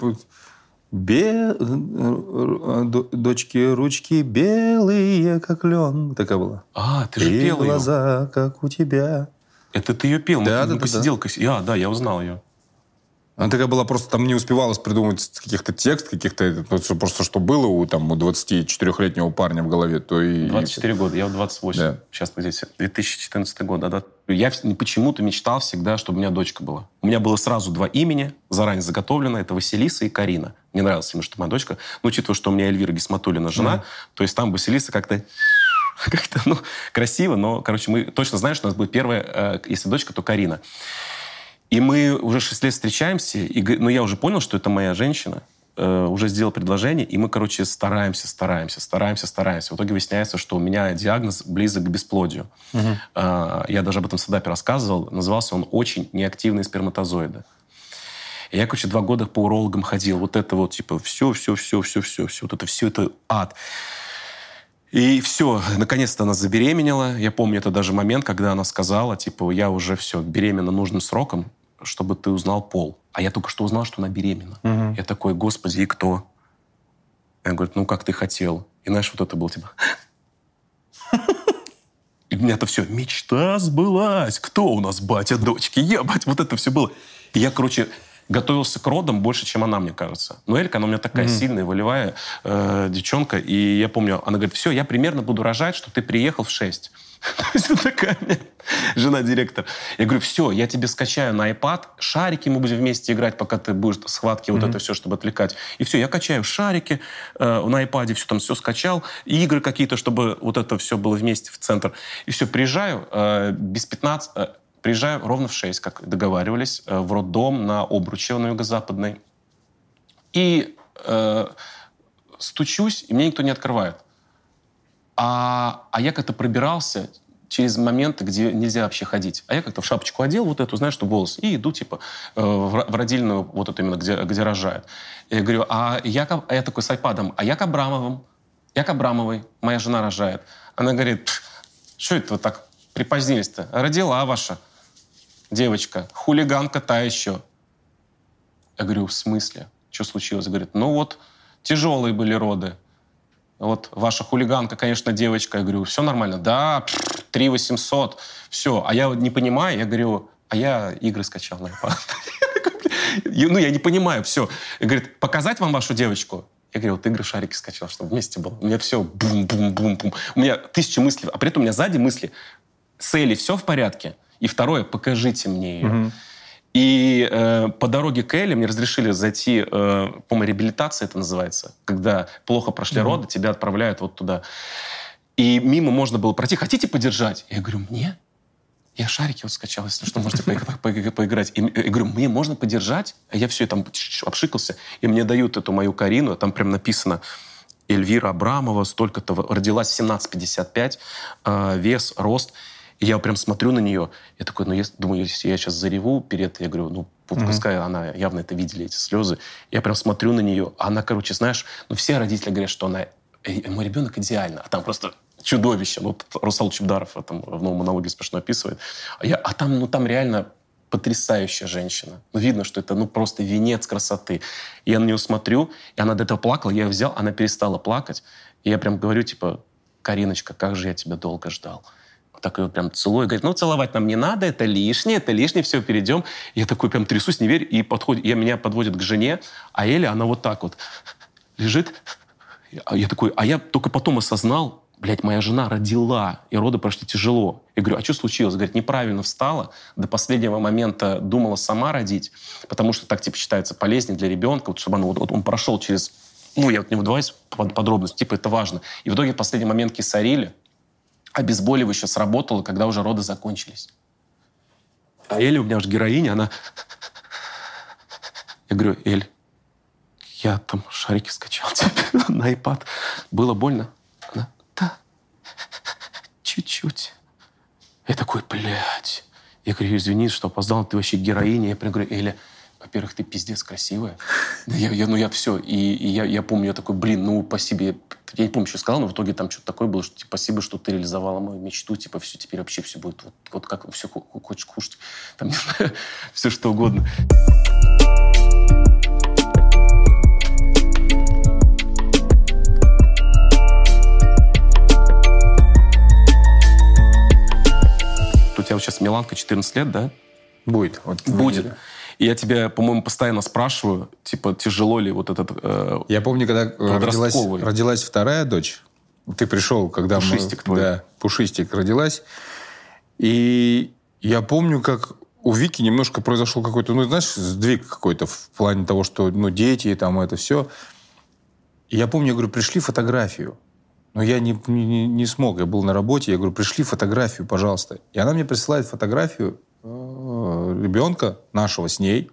Дочки, ручки белые, как лен. Такая была. Ты же пел ее. Глаза, как у тебя. Это ты ее пел? Да. Да, я узнал ее. Она такая была, просто там не успевалось придумать каких-то текстов, просто что было у 24-летнего парня в голове, то и... 24 года, я в 28. Да. Сейчас мы здесь 2014 год. Да? Я почему-то мечтал всегда, чтобы у меня дочка была. У меня было сразу 2 имени, заранее заготовлено. Это Василиса и Карина. Мне нравилось именно, что моя дочка. Но учитывая, что у меня Эльвира Гисматуллина жена, то есть там Василиса как-то красиво, но, мы точно знаем, что у нас будет первая, если дочка, то Карина. И мы уже 6 лет встречаемся, но я уже понял, что это моя женщина, уже сделал предложение, и мы, стараемся. В итоге выясняется, что у меня диагноз близок к бесплодию. Я даже об этом в стендапе рассказывал. Назывался он «Очень неактивные сперматозоиды». И я, короче, 2 года по урологам ходил. Вот это вот, типа, все. Вот это все, это ад. И все, наконец-то она забеременела. Я помню, это даже момент, когда она сказала, типа, я уже все, беременна нужным сроком, чтобы ты узнал пол. А я только что узнал, что она беременна. Угу. Я такой, господи, и кто? Я говорю, ну, как ты хотел. И знаешь, вот это было, типа... И у меня это все, мечта сбылась. Кто у нас батя, дочки? Ебать, вот это все было. И я, короче... готовился к родам больше, чем она, мне кажется. Но Элька, она у меня такая сильная, волевая девчонка. И я помню, она говорит, все, я примерно буду рожать, что ты приехал в 6. То есть вот такая жена-директор. Я говорю, все, я тебе скачаю на iPad, шарики мы будем вместе играть, пока ты будешь схватки, вот это все, чтобы отвлекать. И все, я качаю шарики на iPad, все там все скачал, игры какие-то, чтобы вот это все было вместе в центр. И все, приезжаю без 15... Приезжаю ровно в 6, как договаривались, в роддом на Обручево на Юго-Западной. И стучусь, и мне никто не открывает. А я как-то пробирался через моменты, где нельзя вообще ходить. А я как-то в шапочку одел вот эту, знаешь, что волос, и иду, типа, в родильную, вот эту именно, где рожают. И я говорю, а я такой с айпадом, а я к Абрамовой, моя жена рожает. Она говорит, что это вы так припозднились-то? Родила ваша девочка, хулиганка та еще. Я говорю, в смысле? Что случилось? Говорит, ну вот, тяжелые были роды. Вот ваша хулиганка, конечно, девочка. Я говорю, все нормально? Да, 3 800. Все. А я не понимаю. Я говорю, а я игры скачал на iPad. Ну, я не понимаю, все. Говорит, показать вам вашу девочку? Я говорю, вот игры шарики скачал, чтобы вместе было. У меня все бум-бум-бум-бум. У меня 1000 мыслей. А при этом у меня сзади мысли. С Элей все в порядке? И второе, покажите мне ее. И по дороге к Эле мне разрешили зайти, по-моему, реабилитация это называется, когда плохо прошли роды, тебя отправляют вот туда. И мимо можно было пройти. Хотите подержать? Я говорю, мне? Я шарики вот скачал, если что, можете поиграть. И я говорю, мне можно подержать? А я все там обшикался. И мне дают эту мою Карину, там прям написано Эльвира Абрамова, столько-то, родилась в 17,55, вес, рост. И я прям смотрю на нее, я такой, ну, думаю, если я сейчас зареву перед, я говорю, ну, пускай она явно это видели, эти слезы. Я прям смотрю на нее, а она, короче, знаешь, ну, все родители говорят, что она, мой ребенок идеально, а там просто чудовище. Ну, Русал Чебдаров там в новом монологе смешно описывает. А там, ну, там реально потрясающая женщина. Ну, видно, что это, ну, просто венец красоты. И я на нее смотрю, и она до этого плакала, я ее взял, она перестала плакать. И я прям говорю, типа, Кариночка, как же я тебя долго ждал. Так ее прям целую, говорит, ну, целовать нам не надо, это лишнее, все, перейдем. Я такой прям трясусь, не верю, и меня подводят к жене, а Эля, она вот так вот лежит. Я такой, а я только потом осознал, блядь, моя жена родила, и роды прошли тяжело. Я говорю, а что случилось? Говорит, неправильно встала, до последнего момента думала сама родить, потому что так, типа, считается полезнее для ребенка, вот, чтобы вот он прошел через... Ну, я вот не вдаваюсь в подробности, типа, это важно. И в итоге в последний момент кесарили, обезболивающее сработало, когда уже роды закончились. А Эля у меня же героиня, она... Я говорю, Эль, я там шарики скачал тебе на iPad. Было больно? Она, да, чуть-чуть. Я такой, блядь. Я говорю, извини, что опоздал, ты вообще героиня. Я прям говорю, Эля, во-первых, ты пиздец красивая. Я все. И я помню, я такой, блин, ну, спасибо. Я не помню, что сказал, но в итоге там что-то такое было, что типа, спасибо, что ты реализовала мою мечту. Типа, все, теперь вообще все будет вот как все хочешь кушать. Там, не знаю, все что угодно. У тебя вот сейчас Миланка 14 лет, да? Будет. Вот, будет. И я тебя, по-моему, постоянно спрашиваю, типа, тяжело ли вот этот Я помню, когда родилась вторая дочь, ты пришел, когда Пушистик твой. Да, Пушистик родилась. И я помню, как у Вики немножко произошел какой-то, ну, знаешь, сдвиг какой-то в плане того, что, ну, дети, там, это все. И я помню, я говорю, пришли фотографию. Но я не смог, я был на работе. Я говорю, пришли фотографию, пожалуйста. И она мне присылает фотографию ребенка нашего с ней,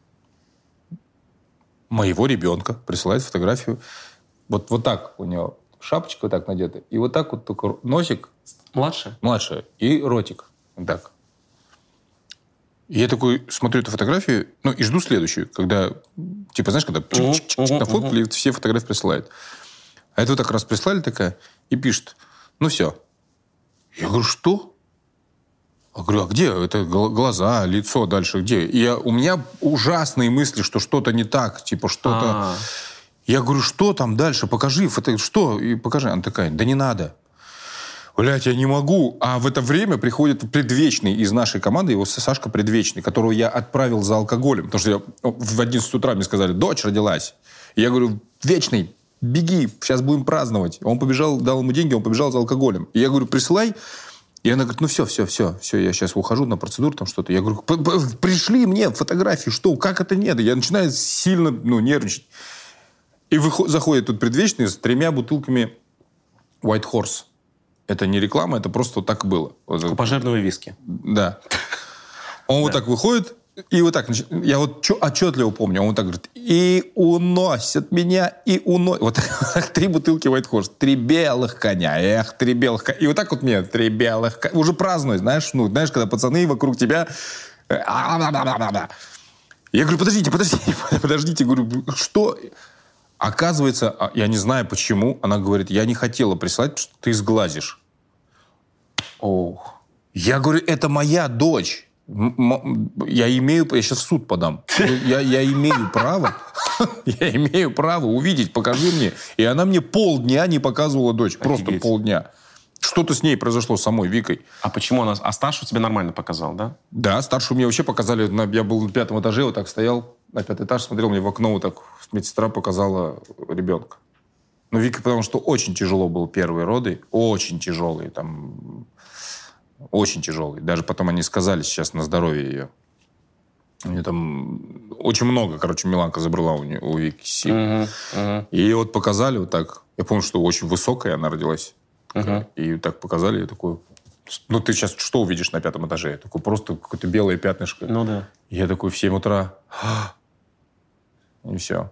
моего ребенка, присылает фотографию. Вот так у него шапочка вот так надета, и вот так вот только носик. Младшая? Младшая. И ротик. Вот так. И я такой смотрю эту фотографию, ну, и жду следующую, когда, типа, знаешь, когда нафоткали, все фотографии присылают. А это вот так раз прислали такая, и пишет, ну, все. Я говорю, что? Я говорю, а где? Это глаза, лицо дальше где? У меня ужасные мысли, что что-то не так, типа, что-то... Я говорю, что там дальше? Покажи, что? И покажи. Она такая, да не надо. Блять, я не могу. А в это время приходит предвечный из нашей команды, его Сашка Предвечный, которого я отправил за алкоголем. Потому что в 11 утра мне сказали, дочь родилась. И я говорю, Вечный, беги, сейчас будем праздновать. Он побежал, дал ему деньги, он побежал за алкоголем. И я говорю, присылай. И она говорит, ну все, я сейчас ухожу на процедуру, там что-то. Я говорю, пришли мне фотографии, что, как это нет? Я начинаю сильно нервничать. И заходит тут Предвечный с 3 бутылками White Horse. Это не реклама, это просто вот так и было. Пожирного виски. Да. Он вот так выходит, и вот так, я вот отчетливо помню, он вот так говорит, и уносят меня, и уносят. Вот так 3 бутылки White Horse, 3 белых коня, 3 белых коня. И вот так вот мне 3 белых коня. Уже празднуют, знаешь, когда пацаны вокруг тебя... Я говорю, подождите, говорю, что... Оказывается, я не знаю почему, она говорит, я не хотела прислать, что ты сглазишь. Ох. Я говорю, это моя дочь. Я сейчас в суд подам. Я имею право увидеть, покажи мне. И она мне полдня не показывала дочь. Офигеть. Просто полдня. Что-то с ней произошло, с самой Викой. А почему она... А старшую тебе нормально показал, да? Да, старшую мне вообще показали. Я был на 5 этаже, вот так стоял. На 5 этаж смотрел, мне в окно вот так медсестра показала ребенка. Но Вика, потому что очень тяжело был первые роды. Очень тяжелые. Там, очень тяжелые. Даже потом они сказали сейчас на здоровье ее. У нее там очень много, Миланка забрала у Вики сил. И вот показали вот так. Я помню, что очень высокая она родилась. И так показали. Я такой... Ну, ты сейчас что увидишь на 5 этаже? Я такой, просто какое-то белое пятнышко. Ну да. Я такой в 7 утра... И все.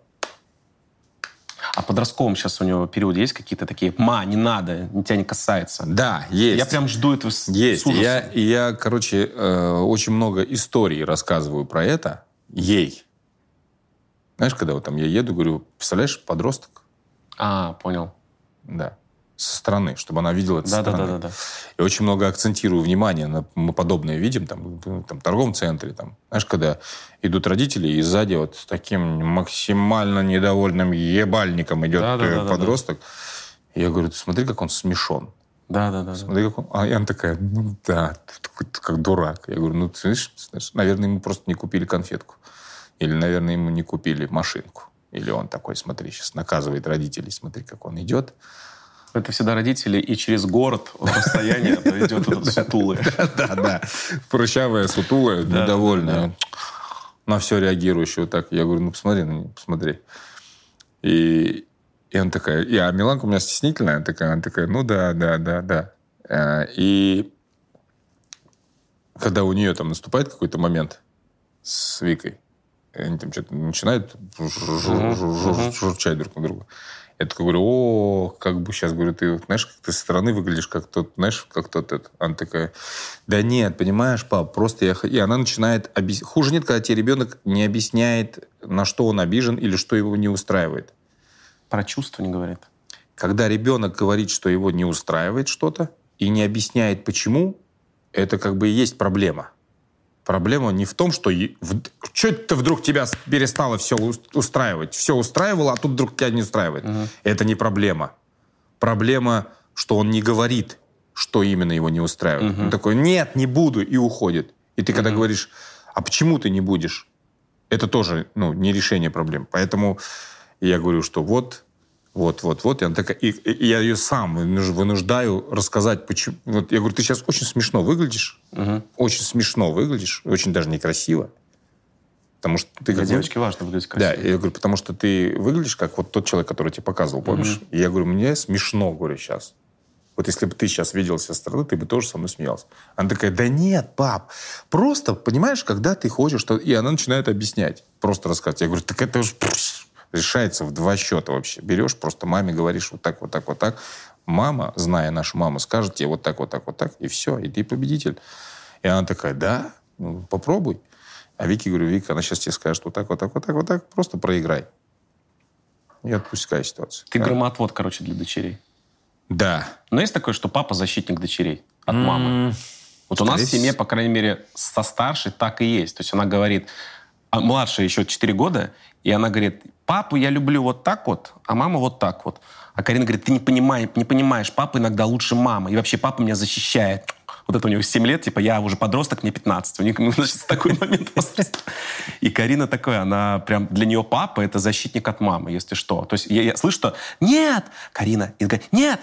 А в подростковом сейчас у него период есть какие-то такие, не надо, тебя не касается? Да, есть. Я прям жду этого с Есть. ужасом. Я, очень много историй рассказываю про это ей. Знаешь, когда вот там я еду, говорю, представляешь, подросток? Понял. Да. Со стороны, чтобы она видела это со стороны. Да. И очень много акцентирую внимание мы подобное видим там, в торговом центре. Там. Знаешь, когда идут родители, и сзади вот с таким максимально недовольным ебальником идет подросток. И я говорю, смотри, как он смешон. Да. Смотри, как он... И она такая, как дурак. Я говорю, ты знаешь, наверное, ему просто не купили конфетку. Или, наверное, ему не купили машинку. Или он такой, смотри, сейчас наказывает родителей, смотри, как он идет. Это всегда родители, и через город в расстоянии идет этот сутулый. Да. Прыщавая, сутулая, недовольная. На все реагирующая вот так. Я говорю, посмотри. И она такая... А Миланка у меня стеснительная. Она такая, ну да. И когда у нее там наступает какой-то момент с Викой, они там что-то начинают журчать друг на друга. Я такой говорю, как бы сейчас, говорю, ты знаешь, как ты со стороны выглядишь, как тот, знаешь, как тот это. Она такая, да нет, понимаешь, пап, просто я... И она начинает... Хуже нет, когда тебе ребенок не объясняет, на что он обижен или что его не устраивает. Про чувства не говорит. Когда ребенок говорит, что его не устраивает что-то, и не объясняет, почему, это как бы и есть проблема. Проблема не в том, что что-то вдруг тебя перестало все устраивать. Все устраивало, а тут вдруг тебя не устраивает. Это не проблема. Проблема, что он не говорит, что именно его не устраивает. Он такой, нет, не буду, и уходит. И ты когда говоришь, а почему ты не будешь? Это тоже не решение проблем. Поэтому я говорю, что вот. И она такая, и я ее сам вынуждаю рассказать, почему. Вот я говорю, ты сейчас очень смешно выглядишь. Очень смешно выглядишь. Очень даже некрасиво. Потому что ты... Для девочки важно выглядеть красиво. Да, я говорю, потому что ты выглядишь как вот тот человек, который тебе показывал, помнишь? И я говорю, мне смешно, говорю, сейчас. Вот если бы ты сейчас видел со стороны, ты бы тоже со мной смеялся. Она такая, да нет, пап. Просто, понимаешь, когда ты хочешь... И она начинает объяснять. Просто рассказывать. Я говорю, так это же... решается в 2 счета вообще. Берешь, просто маме говоришь вот так. Мама, зная нашу маму, скажет тебе вот так, и все, и ты победитель. И она такая, да? Ну, попробуй. А Вике говорю, Вика, она сейчас тебе скажет вот так, вот так, вот так, вот так. Просто проиграй. И отпускай ситуацию. Ты громоотвод, короче, для дочерей. Да. Но есть такое, что папа защитник дочерей от мамы? Вот у нас в семье, по крайней мере, со старшей так и есть. То есть она говорит, а младшая еще 4 года, и она говорит, папу я люблю вот так вот, а маму вот так вот. А Карина говорит, ты не понимаешь, папа иногда лучше мамы. И вообще папа меня защищает. Вот это у него 7 лет, типа я уже подросток, мне 15. У них, значит, такой момент возраста. И Карина такая, она прям, для нее папа это защитник от мамы, если что. То есть я слышу, что нет, Карина, и говорит, нет,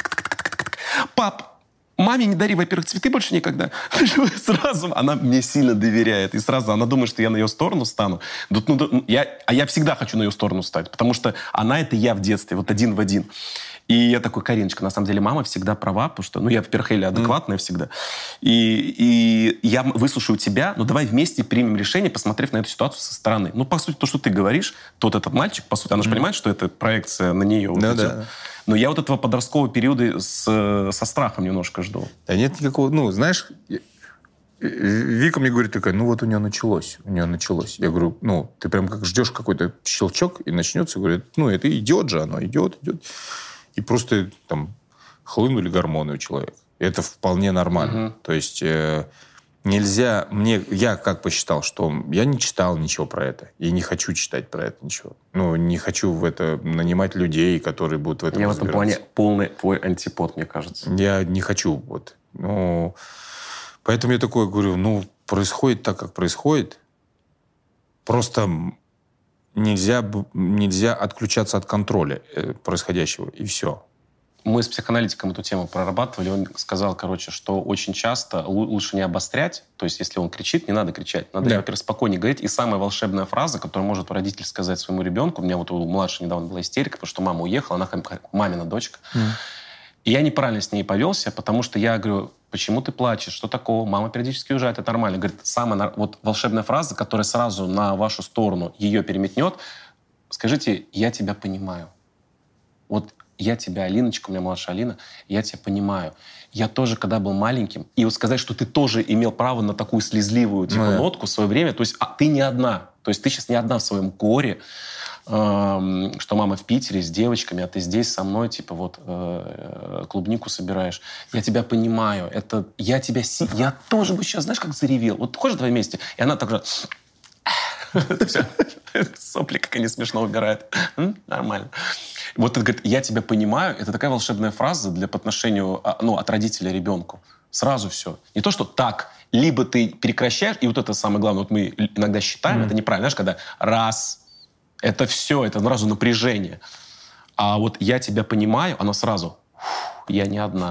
пап, маме не дари, во-первых, цветы больше никогда. Сразу она мне сильно доверяет. И сразу она думает, что я на ее сторону стану. Я всегда хочу на ее сторону стать, потому что она — это я в детстве, вот один в один. И я такой, Кариночка, на самом деле мама всегда права, потому что, я, во-первых, Эля адекватная всегда. И я выслушаю тебя, давай вместе примем решение, посмотрев на эту ситуацию со стороны. По сути, то, что ты говоришь, тот этот мальчик, по сути, она же понимает, что это проекция на нее. Да. Но я вот этого подросткового периода со страхом немножко жду. Да нет никакого, знаешь, Вика мне говорит такая, вот у нее началось. Я говорю, ты прям как ждешь какой-то щелчок, и начнется, говорит, это идет же, оно идет. И просто там хлынули гормоны у человека. Это вполне нормально. То есть нельзя... Я как посчитал, что я не читал ничего про это. И не хочу читать про это ничего. Не хочу в это нанимать людей, которые будут в этом разбираться. Я в этом плане полный твой антипод, мне кажется. Я не хочу. Поэтому я такое говорю, происходит так, как происходит. Просто... Нельзя отключаться от контроля происходящего, и все. Мы с психоаналитиком эту тему прорабатывали. Он сказал, что очень часто лучше не обострять. То есть, если он кричит, не надо кричать. Надо, во-первых, спокойнее говорить. И самая волшебная фраза, которую может родитель сказать своему ребенку. У меня у младшей недавно была истерика, потому что мама уехала, она мамина дочка. И я неправильно с ней повелся, потому что я говорю, почему ты плачешь, что такого? Мама периодически уезжает, это нормально. Говорит, самая волшебная фраза, которая сразу на вашу сторону ее переметнет. Скажите, я тебя понимаю. Я тебя, Алиночка, у меня младшая Алина, я тебя понимаю. Я тоже, когда был маленьким, и сказать, что ты тоже имел право на такую слезливую нотку в свое время, то есть ты не одна. То есть ты сейчас не одна в своем горе, что мама в Питере с девочками, а ты здесь со мной, клубнику собираешь. Я тебя понимаю. Я тоже бы сейчас, знаешь, как заревел. Хочешь давай вместе? И она так же... Сопли, как они смешно убирают. Нормально. Это говорит, я тебя понимаю. Это такая волшебная фраза по отношению от родителя ребенку. Сразу все. Не то, что так. Либо ты прекращаешь, и это самое главное. Мы иногда считаем, это неправильно. Знаешь, когда раз... Это все, это сразу напряжение. А я тебя понимаю, оно сразу, я не одна.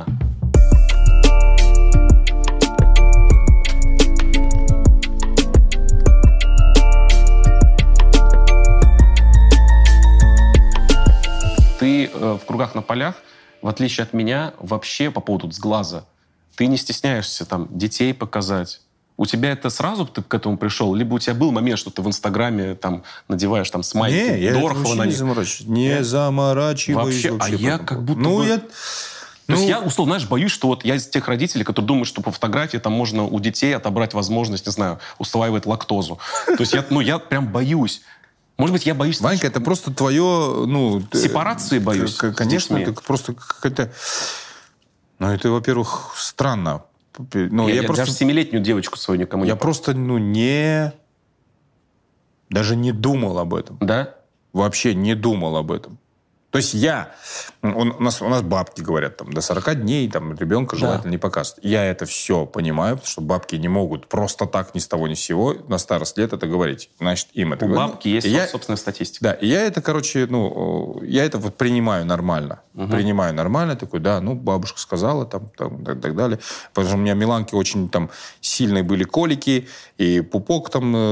Ты в кругах на полях, в отличие от меня, вообще по поводу сглаза, ты не стесняешься детей показать. У тебя это сразу ты к этому пришел? Либо у тебя был момент, что ты в Инстаграме надеваешь смайлики Дорохова на них? Не заморачиваюсь. Вообще, я как будто бы... То есть я, условно, боюсь, что я из тех родителей, которые думают, что по фотографии можно у детей отобрать возможность, усваивать лактозу. То есть я прям боюсь. Может быть, я боюсь... Ванька, это просто твое... Сепарации боюсь. Конечно, это просто какая-то... это, во-первых, странно. Я просто... даже 7-летнюю девочку свою никому не... Я просто, даже не думал об этом. Да? Вообще не думал об этом. То есть у нас бабки говорят, до 40 дней ребенка желательно не показывать. Я это все понимаю, потому что бабки не могут просто так ни с того ни с сего на старость лет это говорить. Значит, им это говорить. У бабки есть собственная статистика. Да, и я это, я это принимаю нормально. Принимаю нормально, такой, бабушка сказала, и так далее. Потому что у меня Миланке очень сильные были колики, и пупок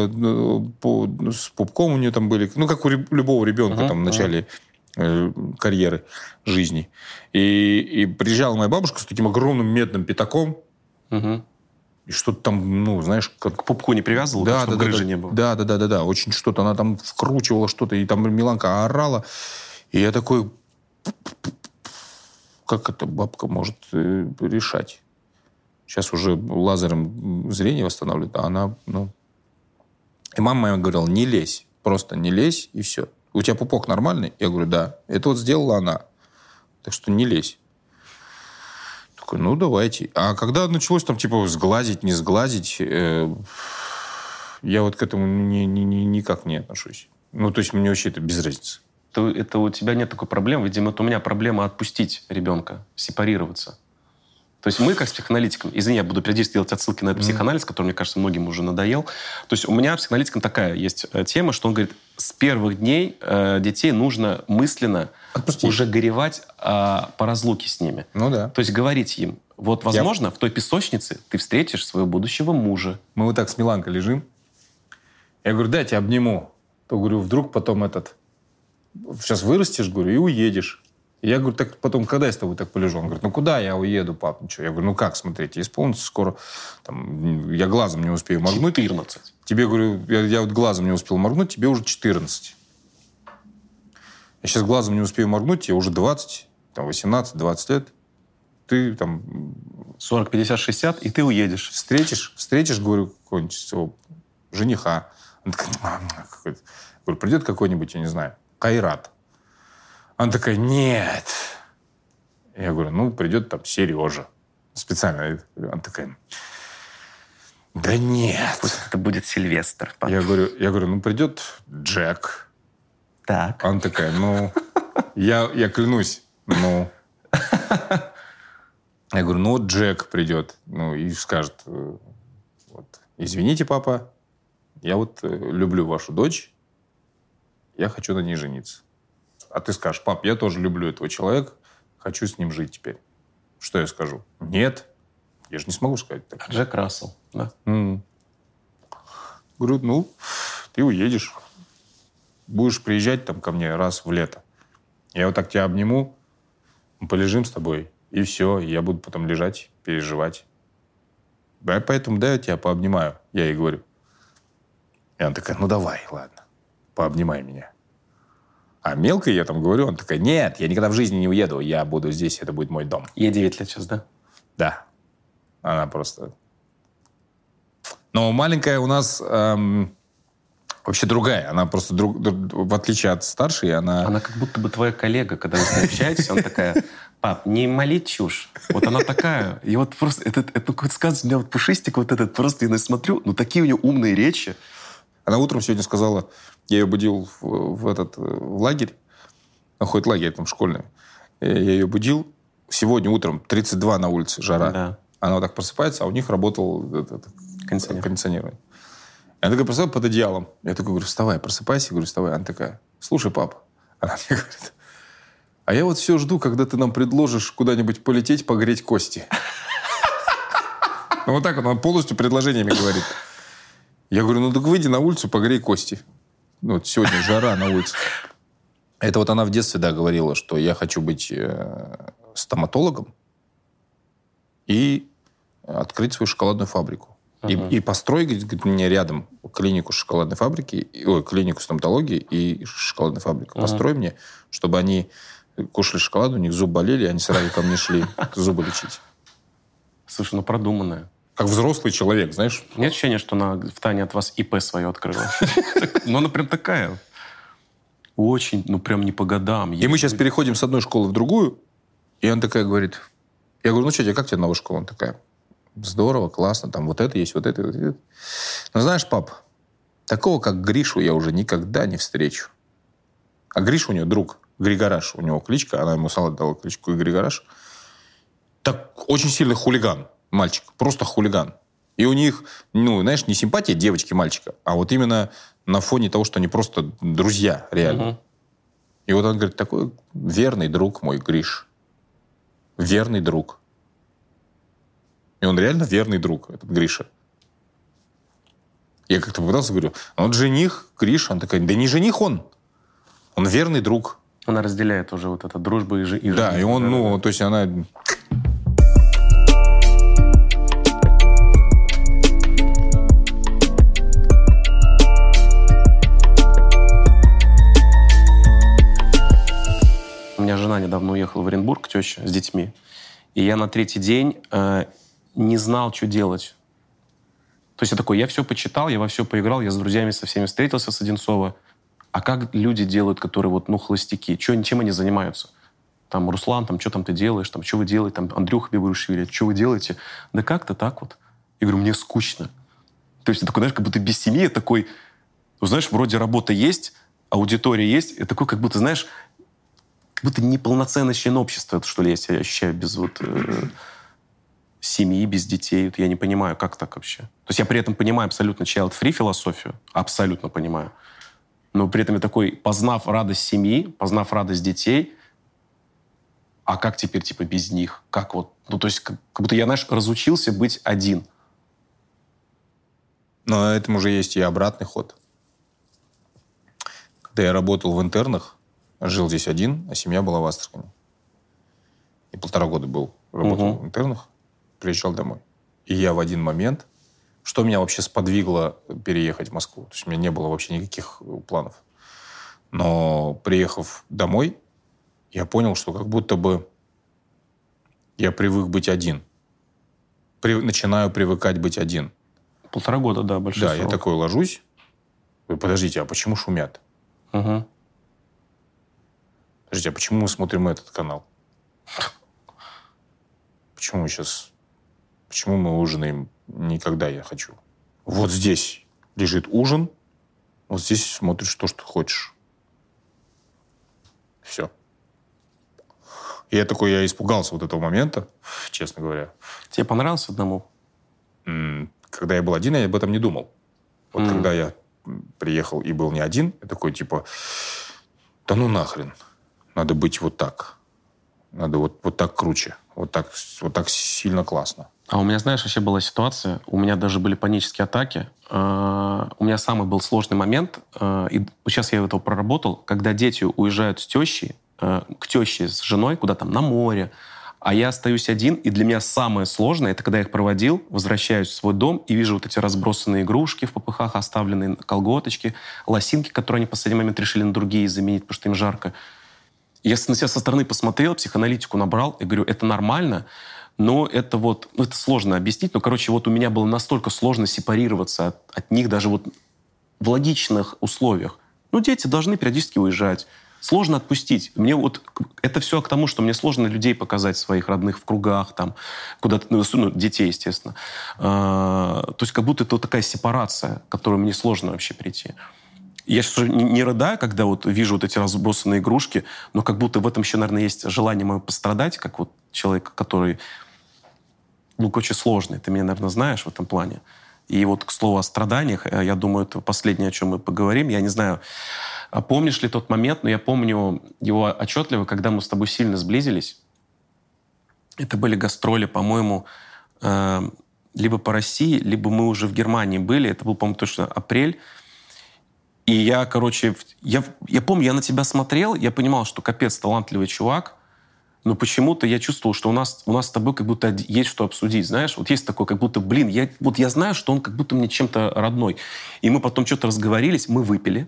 с пупком у нее были, как у любого ребенка в начале карьеры жизни. И приезжала моя бабушка с таким огромным медным пятаком. И что-то знаешь... Как... К пупку не привязывала, чтобы грыжи не было? Да. Очень что-то. Она вкручивала что-то, и Миланка орала. И я такой... Как это бабка может решать? Сейчас уже лазером зрение восстанавливает, а она, ну... И мама моя говорила, не лезь, просто не лезь, и все. У тебя пупок нормальный? Я говорю, да. Это вот сделала она. Так что не лезь. Такой, ну, давайте. А когда началось там, типа, сглазить, не сглазить, я вот к этому никак не отношусь. Ну, то есть мне вообще это без разницы. Это у тебя нет такой проблемы. Видимо, это у меня проблема отпустить ребенка, сепарироваться. То есть мы, как с психоаналитиком, извини, я буду периодически делать отсылки на этот психоанализ, который, мне кажется, многим уже надоел. То есть у меня с психоаналитиком такая есть тема, что он говорит, с первых дней детей нужно мысленно отпустить. Уже горевать по разлуке с ними. Ну да. То есть говорить им, вот, возможно, в той песочнице ты встретишь своего будущего мужа. Мы вот так с Миланкой лежим. Я говорю, дай я тебя обниму. То, говорю, вдруг потом сейчас вырастешь, говорю, и уедешь. И я говорю, так потом, когда я с тобой так полежу? Он говорит, ну куда я уеду, пап? Ничего. Я говорю, ну как, смотрите, исполнится скоро. Там, я глазом не успею моргнуть. 14. Тебе, говорю, я вот глазом не успел моргнуть, тебе уже 14. Я сейчас глазом не успею моргнуть, тебе уже 20, там, 18, 20 лет. Ты там... 40, 50, 60, и ты уедешь. Встретишь, говорю, какого-нибудь своего жениха. Он такой, говорю, придет какой-нибудь, я не знаю, Кайрат. Она такая, нет. Я говорю, ну, придет там Сережа. Специально. Она такая, да нет. Пусть это будет Сильвестр. Пап. Я говорю, ну, придет Джек. Так. Она такая, ну, я клянусь, ну. Я говорю, ну, вот Джек придет, ну, и скажет, вот, извините, папа, я вот люблю вашу дочь, я хочу на ней жениться. А ты скажешь, пап, я тоже люблю этого человека, хочу с ним жить теперь. Что я скажу? Нет. Я же не смогу сказать так. Джек Рассел, да? Говорю, ну, ты уедешь. Будешь приезжать там ко мне раз в лето. Я вот так тебя обниму, мы полежим с тобой, и все. Я буду потом лежать, переживать. Поэтому да, я тебя пообнимаю. Я ей говорю. И она такая, ну давай, ладно, пообнимай меня. А мелкой я там говорю, она такая, нет, я никогда в жизни не уеду, я буду здесь, это будет мой дом. Ей 9 лет сейчас, да? Да. Она просто... Но маленькая у нас вообще другая. Она просто, в отличие от старшей, она... Она как будто бы твоя коллега, когда вы с ней общаетесь, она такая, пап, не моли чушь. Вот она такая. И вот просто, это какой-то сказочный, у меня вот пушистик вот этот, просто я смотрю, ну такие у нее умные речи. Она утром сегодня сказала, я ее будил в лагерь, она ходит в лагерь там школьный, я ее будил, сегодня утром 32 на улице, жара. Да. Она вот так просыпается, а у них работал кондиционер. Она такая просыпается под одеялом. Я такой говорю, вставай, просыпайся. Я говорю, вставай. Она такая, слушай, пап. Она мне говорит, а я вот все жду, когда ты нам предложишь куда-нибудь полететь, погреть кости. Ну вот так она полностью предложениями говорит. Я говорю, ну так выйди на улицу, погрей кости. Ну, вот сегодня жара на улице. Это вот она в детстве, да, говорила, что я хочу быть стоматологом и открыть свою шоколадную фабрику. И построить, говорит, мне рядом клинику шоколадной фабрики, клинику стоматологии и шоколадную фабрику. Построй мне, чтобы они кушали шоколад, у них зуб болели, они сразу ко мне шли зубы лечить. Слушай, ну продуманная. Как взрослый человек, знаешь? Нет ощущения, что она в тайне от вас ИП свое открыла? Ну, она прям такая. Очень, ну, прям не по годам. И мы сейчас переходим с одной школы в другую, и она такая говорит... Я говорю, ну что, как тебе новая школа? Она такая, здорово, классно, там вот это есть, вот это, вот это. Но знаешь, пап, такого, как Гришу, я уже никогда не встречу. А Гриша у нее друг, Григораш, у него кличка, она ему сама дала кличку Григораш. Так, очень сильный хулиган. Мальчик, просто хулиган. И у них, ну, знаешь, не симпатия девочки-мальчика, а вот именно на фоне того, что они просто друзья, реально. И вот он говорит, такой верный друг мой, Гриш. Верный друг. И он реально верный друг, этот Гриша. Я как-то попытался, говорю, он жених, Гриша. Он такой, да не жених он верный друг. Она разделяет уже вот эту дружбу и жизнь. Да, и он, ну, то есть она... У меня жена недавно уехала в Оренбург, теща, с детьми. И я на третий день не знал, что делать. То есть я такой, я все почитал, я во все поиграл, я с друзьями со всеми встретился с Одинцова. А как люди делают, которые вот, ну, холостяки? Чем они занимаются? Там, Руслан, там, что там ты делаешь? Там, что вы делаете? Там, Андрюха Бебрушвили, что вы делаете? Да как-то так вот. Я говорю, мне скучно. То есть, такой, знаешь, как будто без семьи такой, ну, знаешь, вроде работа есть, аудитория есть, и такой, как будто, знаешь, как будто неполноценное член общества, что ли, я себя ощущаю без вот семьи, без детей. Вот я не понимаю, как так вообще. То есть я при этом понимаю абсолютно child-free философию, абсолютно понимаю. Но при этом я такой, познав радость семьи, познав радость детей, а как теперь, типа, без них? Как вот? Ну, то есть, как будто я, знаешь, разучился быть один. Но этому же есть и обратный ход. Когда я работал в интернах, жил здесь один, а семья была в Астрахани. И 1,5 года работал в интернах, приезжал домой. И я в один момент... Что меня вообще сподвигло переехать в Москву? То есть у меня не было вообще никаких планов. Но приехав домой, я понял, что как будто бы я привык быть один. Начинаю привыкать быть один. 1,5 года, да, большой срок. Да, я такой ложусь. Подождите, а почему шумят? Угу. Подождите, а почему мы смотрим этот канал? Почему мы ужинаем не когда я хочу? Вот здесь лежит ужин, вот здесь смотришь то, что хочешь. Все. И я испугался вот этого момента, честно говоря. Тебе понравилось одному? Когда я был один, я об этом не думал. Вот когда я приехал и был не один, я такой, типа, да ну нахрен. Надо быть вот так. Надо вот так круче. Вот так сильно классно. А у меня, знаешь, вообще была ситуация, у меня даже были панические атаки. У меня самый был сложный момент, и сейчас я этого проработал, когда дети уезжают с тещей, к теще с женой, куда там, на море, а я остаюсь один, и для меня самое сложное, это когда я их проводил, возвращаюсь в свой дом и вижу вот эти разбросанные игрушки в попыхах, оставленные колготочки, лосинки, которые они в последний момент решили на другие заменить, потому что им жарко. Я на себя со стороны посмотрел, психоаналитику набрал, и говорю, это нормально, но это вот, ну, это сложно объяснить, но, короче, вот у меня было настолько сложно сепарироваться от них даже вот в логичных условиях. Ну, дети должны периодически уезжать. Сложно отпустить. Мне вот это все к тому, что мне сложно людей показать своих родных в кругах, там, куда-то, ну, детей, естественно. То есть как будто это вот такая сепарация, к которой мне сложно вообще прийти. Я сейчас не рыдаю, когда вот вижу вот эти разбросанные игрушки, но как будто в этом еще, наверное, есть желание мое пострадать, как вот человек, который, ну, короче, сложный. Ты меня, наверное, знаешь в этом плане. И вот, к слову о страданиях, я думаю, это последнее, о чем мы поговорим. Я не знаю, помнишь ли тот момент, но я помню его отчетливо, когда мы с тобой сильно сблизились. Это были гастроли, по-моему, либо по России, либо мы уже в Германии были. Это был, по-моему, точно апрель. И я, короче, я помню, я на тебя смотрел, я понимал, что капец талантливый чувак, но почему-то я чувствовал, что у нас с тобой как будто есть что обсудить, знаешь? Вот есть такое, как будто, блин, я знаю, что он как будто мне чем-то родной. И мы потом что-то разговорились, мы выпили.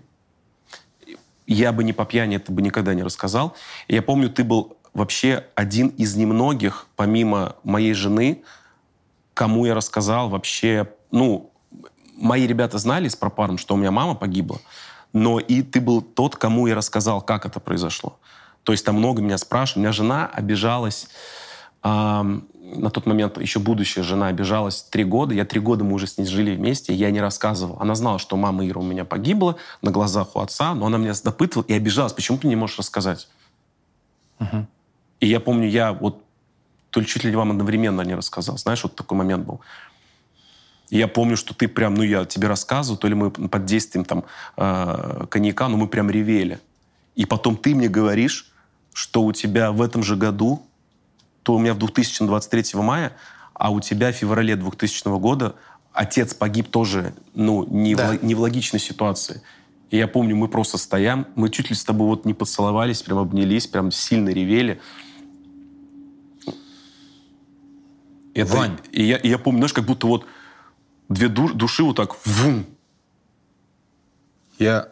Я бы не по пьяни это бы никогда не рассказал. И я помню, ты был вообще один из немногих, помимо моей жены, кому я рассказал вообще, ну, мои ребята знали с пропаром, что у меня мама погибла, но и ты был тот, кому я рассказал, как это произошло. То есть там много меня спрашивали. У меня жена обижалась, на тот момент еще будущая жена обижалась 3 года. 3 года мы уже с ней жили вместе, я не рассказывал. Она знала, что мама Ира у меня погибла на глазах у отца, но она меня допытывала и обижалась. Почему ты не можешь рассказать? Угу. И я помню, я вот то ли чуть ли не вам одновременно не рассказал. Знаешь, вот такой момент был. И я помню, что ты прям, ну, я тебе рассказываю, то ли мы под действием там коньяка, но мы прям ревели. И потом ты мне говоришь, что у тебя в этом же году, то у меня в 2023 мая, а у тебя в феврале 2000 года отец погиб тоже, ну, не в логичной ситуации. И я помню, мы просто стоим, мы чуть ли с тобой вот не поцеловались, прям обнялись, прям сильно ревели. Вань. И я помню, знаешь, как будто вот две души вот так вум. Я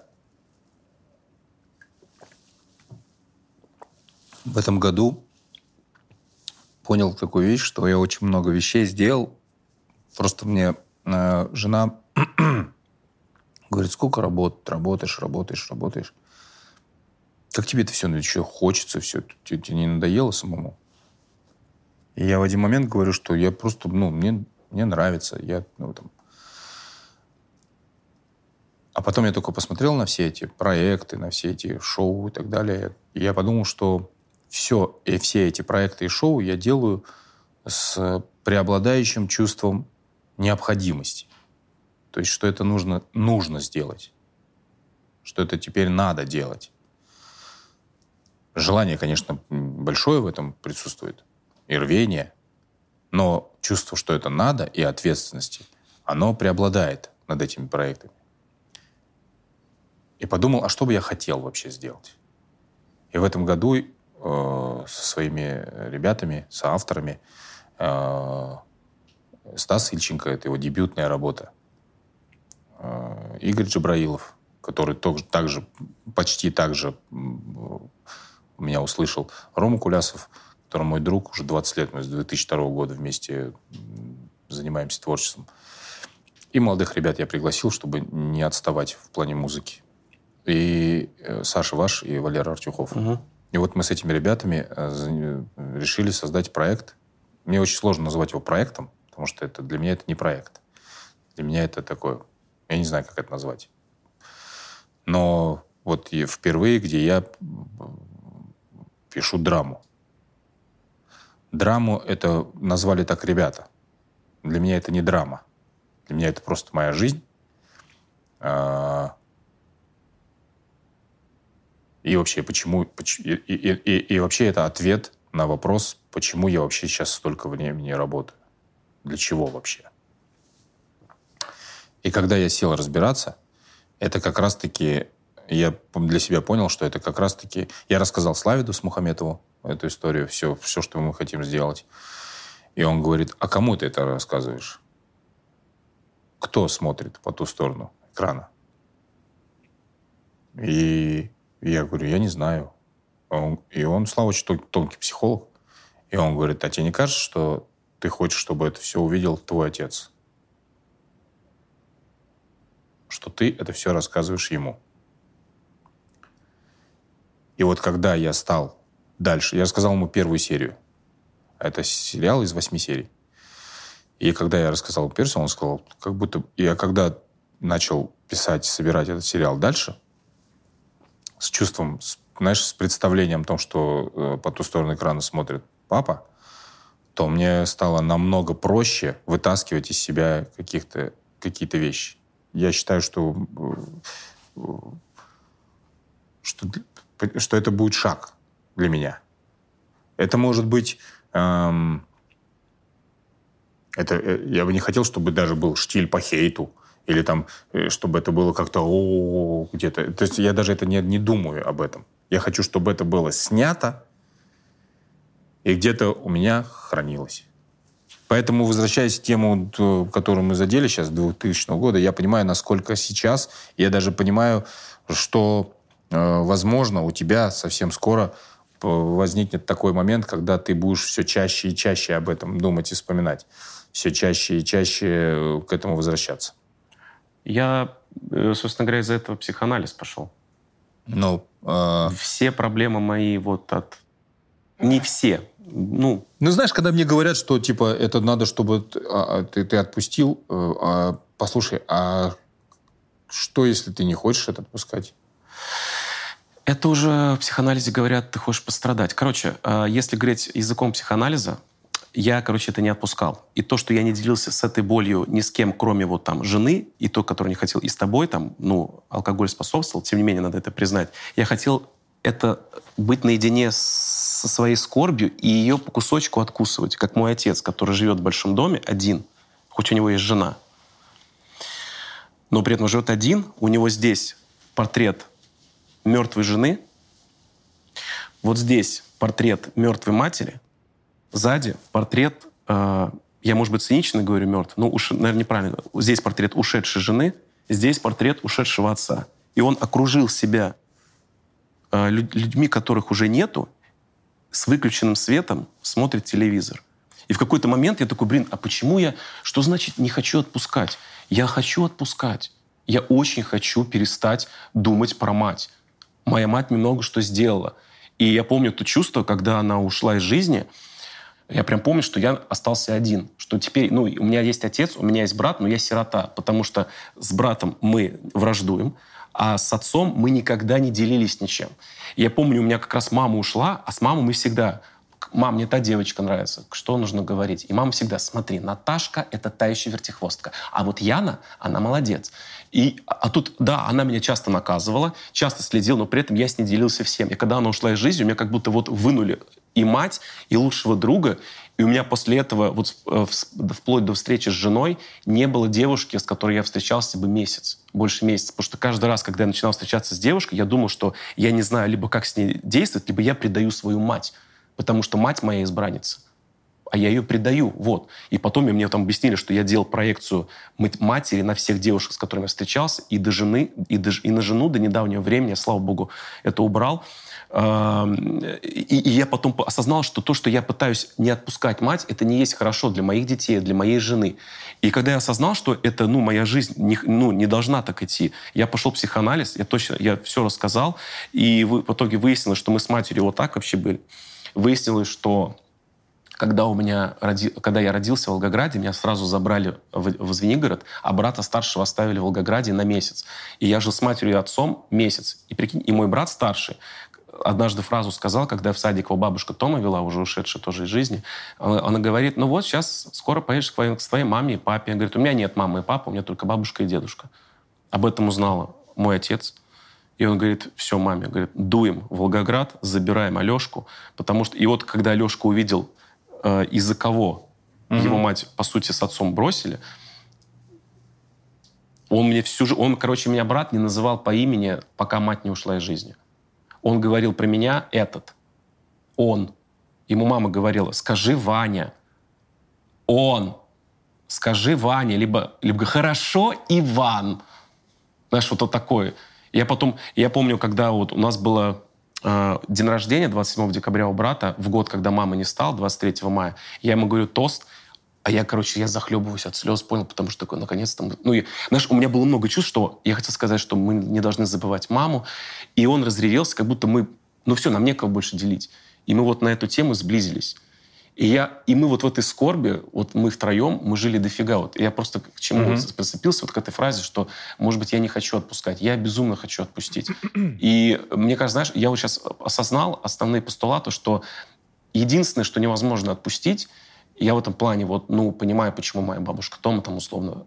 в этом году понял такую вещь, что я очень много вещей сделал. Просто мне жена говорит, сколько работаешь. Как тебе это все еще хочется, все? Тебе не надоело самому? И я в один момент говорю, что я просто, мне нравится. А потом я только посмотрел на все эти проекты, на все эти шоу и так далее. И я подумал, что все эти проекты и шоу я делаю с преобладающим чувством необходимости. То есть, что это нужно сделать. Что это теперь надо делать. Желание, конечно, большое в этом присутствует. И рвение. Но чувство, что это надо, и ответственности, оно преобладает над этими проектами. И подумал, а что бы я хотел вообще сделать? И в этом году со своими ребятами, соавторами, Стас Ильченко, это его дебютная работа, Игорь Джабраилов, который почти так же меня услышал, Рома Кулясов, который мой друг, уже 20 лет, мы с 2002 года вместе занимаемся творчеством. И молодых ребят я пригласил, чтобы не отставать в плане музыки. И Саша Ваш, и Валера Артюхов. Угу. И вот мы с этими ребятами решили создать проект. Мне очень сложно называть его проектом, потому что для меня это не проект. Для меня это такое... Я не знаю, как это назвать. Но вот впервые, где я пишу драму. Драму это назвали так ребята. Для меня это не драма. Для меня это просто моя жизнь. И вообще, и вообще это ответ на вопрос, почему я вообще сейчас столько времени работаю. Для чего вообще? И когда я сел разбираться, это как раз-таки... Я для себя понял, что это как раз-таки... Я рассказал Славиду Смухаметову эту историю, все, что мы хотим сделать. И он говорит, а кому ты это рассказываешь? Кто смотрит по ту сторону экрана? И я говорю, я не знаю. И он, Слава, очень тонкий психолог. И он говорит, а тебе не кажется, что ты хочешь, чтобы это все увидел твой отец? Что ты это все рассказываешь ему. И вот когда я стал дальше, я рассказал ему первую серию. Это сериал из 8 серий. И когда я рассказал ему первую, он сказал, как будто... Я когда начал писать, собирать этот сериал дальше, с чувством, знаешь, с представлением о том, что по ту сторону экрана смотрит папа, то мне стало намного проще вытаскивать из себя какие-то вещи. Я считаю, что это будет шаг для меня. Это может быть... я бы не хотел, чтобы даже был штиль по хейту, или там, чтобы это было как-то где-то. То есть я даже это не думаю об этом. Я хочу, чтобы это было снято и где-то у меня хранилось. Поэтому, возвращаясь к тему, которую мы задели сейчас, 2000 года, я понимаю, насколько сейчас, я даже понимаю, что, возможно, у тебя совсем скоро возникнет такой момент, когда ты будешь все чаще и чаще об этом думать и вспоминать. Все чаще и чаще к этому возвращаться. Я, собственно говоря, из-за этого психоанализ пошел. Все проблемы мои Не все. Знаешь, когда мне говорят, что типа это надо, чтобы ты отпустил, послушай, а что, если ты не хочешь это отпускать? Это уже в психоанализе говорят, ты хочешь пострадать. Короче, если говорить языком психоанализа, я, это не отпускал. И то, что я не делился с этой болью ни с кем, кроме жены, и то, который не хотел, и с тобой, алкоголь способствовал, тем не менее, надо это признать. Я хотел это быть наедине со своей скорбью и ее по кусочку откусывать, как мой отец, который живет в большом доме один, хоть у него есть жена. Но при этом живет один, у него здесь портрет мертвой жены, вот здесь портрет мертвой матери, сзади портрет, я, может быть, цинично говорю мертв, наверное, неправильно. Здесь портрет ушедшей жены, здесь портрет ушедшего отца. И он окружил себя людьми, которых уже нету, с выключенным светом смотрит телевизор. И в какой-то момент я такой, а почему я... Что значит не хочу отпускать? Я хочу отпускать. Я очень хочу перестать думать про мать. Моя мать мне много что сделала. И я помню то чувство, когда она ушла из жизни, я прям помню, что я остался один. Что теперь, у меня есть отец, у меня есть брат, но я сирота. Потому что с братом мы враждуем, а с отцом мы никогда не делились ничем. И я помню, у меня как раз мама ушла, а с мамой мы всегда... Мам, мне та девочка нравится. Что нужно говорить? И мама всегда, смотри, Наташка — это та еще вертихвостка. А вот Яна, она молодец. А тут, да, она меня часто наказывала, часто следила, но при этом я с ней делился всем. И когда она ушла из жизни, у меня как будто вынули и мать, и лучшего друга. И у меня после этого, вплоть до встречи с женой, не было девушки, с которой я встречался бы больше месяца. Потому что каждый раз, когда я начинал встречаться с девушкой, я думал, что я не знаю либо как с ней действовать, либо я предаю свою мать. Потому что мать моя избранница, а я ее предаю. Вот. И потом мне там объяснили, что я делал проекцию матери на всех девушек, с которыми я встречался, и до жены, и на жену до недавнего времени, я, слава богу, это убрал. И я потом осознал, что то, что я пытаюсь не отпускать мать, это не есть хорошо для моих детей, для моей жены. И когда я осознал, что это, моя жизнь не должна так идти, я пошел в психоанализ, я все рассказал, и в итоге выяснилось, что мы с матерью вот так вообще были. Выяснилось, что когда я родился в Волгограде, меня сразу забрали в Звенигород, а брата старшего оставили в Волгограде на месяц. И я жил с матерью и отцом месяц. И прикинь, и мой брат старший однажды фразу сказал, когда в садик его бабушка Тома вела, уже ушедшая тоже из жизни. Она говорит, сейчас скоро поедешь к твоей маме и папе. Я говорю, у меня нет мамы и папы, у меня только бабушка и дедушка. Об этом узнала мой отец. И он говорит, все, маме, говорит, дуем в Волгоград, забираем Алешку, потому что... И вот когда Алешка увидел, из-за кого его мать, по сути, с отцом бросили, он меня брат не называл по имени, пока мать не ушла из жизни. Он говорил про меня он. Ему мама говорила, скажи Ваня. Скажи Ваня, либо хорошо, Иван. Знаешь, вот такое. Я помню, когда у нас было день рождения 27 декабря у брата, в год, когда мамы не стало, 23 мая, я ему говорю тост, а я захлебываюсь от слез, понял, потому что такой, наконец-то... у меня было много чувств, что я хотел сказать, что мы не должны забывать маму, и он разревелся, как будто мы... все, нам некого больше делить. И мы на эту тему сблизились. И мы в этой скорби, мы втроем, мы жили дофига. Я просто к чему прицепился, к этой фразе, что, может быть, я не хочу отпускать. Я безумно хочу отпустить. И мне кажется, знаешь, я сейчас осознал основные постулаты, что единственное, что невозможно отпустить, я в этом плане понимаю, почему моя бабушка Тома условно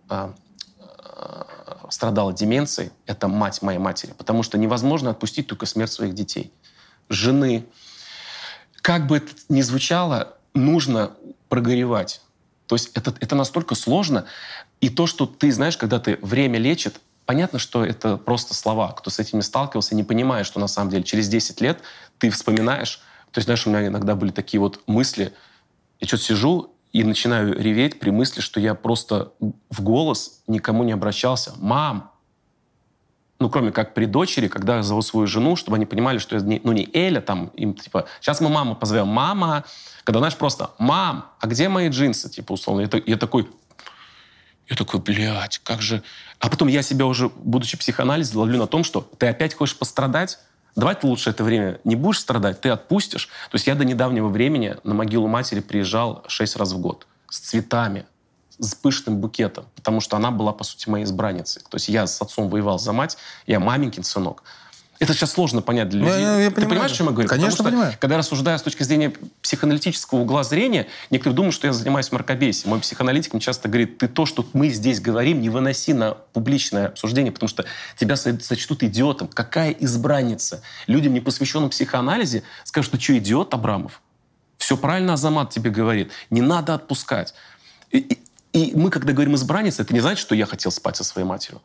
страдала деменцией, это мать моей матери. Потому что невозможно отпустить только смерть своих детей. Жены. Как бы это ни звучало, нужно прогоревать. То есть это настолько сложно. И то, что ты знаешь, когда время лечит, понятно, что это просто слова. Кто с этим не сталкивался, не понимает, что на самом деле через 10 лет ты вспоминаешь. То есть, знаешь, у меня иногда были такие мысли. Я что-то сижу и начинаю реветь при мысли, что я просто в голос никому не обращался. Мам! Кроме как при дочери, когда я зову свою жену, чтобы они понимали, что я не Эля, им сейчас мы маму позовем. Мама! Когда, знаешь, просто «Мам, а где мои джинсы?» условно. Я такой, блядь, как же... А потом я себя уже, будучи психоанализом, ловлю на том, что ты опять хочешь пострадать? Давай ты лучше это время не будешь страдать, ты отпустишь. То есть я до недавнего времени на могилу матери приезжал 6 раз в год с цветами, с пышным букетом, потому что она была, по сути, моей избранницей. То есть я с отцом воевал за мать, я маменькин сынок. Это сейчас сложно понять для людей. Ты понимаешь, о чем я говорю? Конечно, понимаю. Когда я рассуждаю с точки зрения психоаналитического угла зрения, некоторые думают, что я занимаюсь мракобесием. Мой психоаналитик мне часто говорит, ты то, что мы здесь говорим, не выноси на публичное обсуждение, потому что тебя сочтут идиотом. Какая избранница? Людям, не посвященным психоанализе, скажут, что идиот, Абрамов? Все правильно Азамат тебе говорит. Не надо отпускать. И мы, когда говорим избранница, это не значит, что я хотел спать со своей матерью.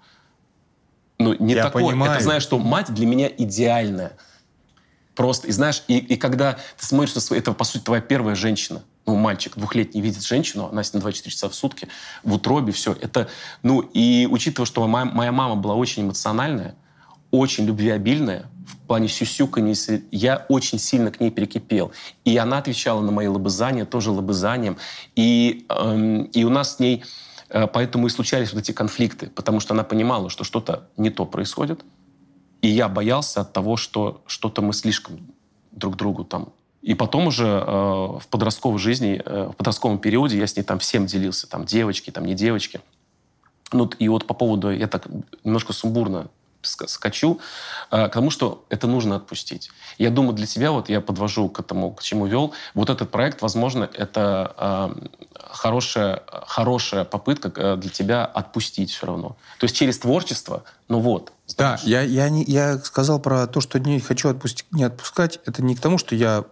Не я такое. Понимаю. Это значит, что мать для меня идеальная. Просто. И знаешь, и когда ты смотришь на свою... Это, по сути, твоя первая женщина. Мальчик 2-летний видит женщину, она с ней 24 часа в сутки, в утробе, все. Это... И учитывая, что моя мама была очень эмоциональная, очень любвеобильная, в плане сюсюканья, я очень сильно к ней перекипел. И она отвечала на мои лобызания, тоже лобызанием. И у нас с ней поэтому и случались вот эти конфликты, потому что она понимала, что что-то не то происходит. И я боялся от того, что что-то мы слишком друг другу там. И потом уже в подростковой жизни, в подростковом периоде я с ней там всем делился. Там девочки, там не девочки. Ну, и вот по поводу, я так немножко сумбурно скачу, к тому, что это нужно отпустить. Я думаю, для тебя, вот я подвожу к этому, к чему вел, вот этот проект, возможно, это хорошая попытка для тебя отпустить все равно. То есть через творчество, ну вот. Знаешь. Да, я сказал про то, что не хочу не отпускать. Это не к тому, что я...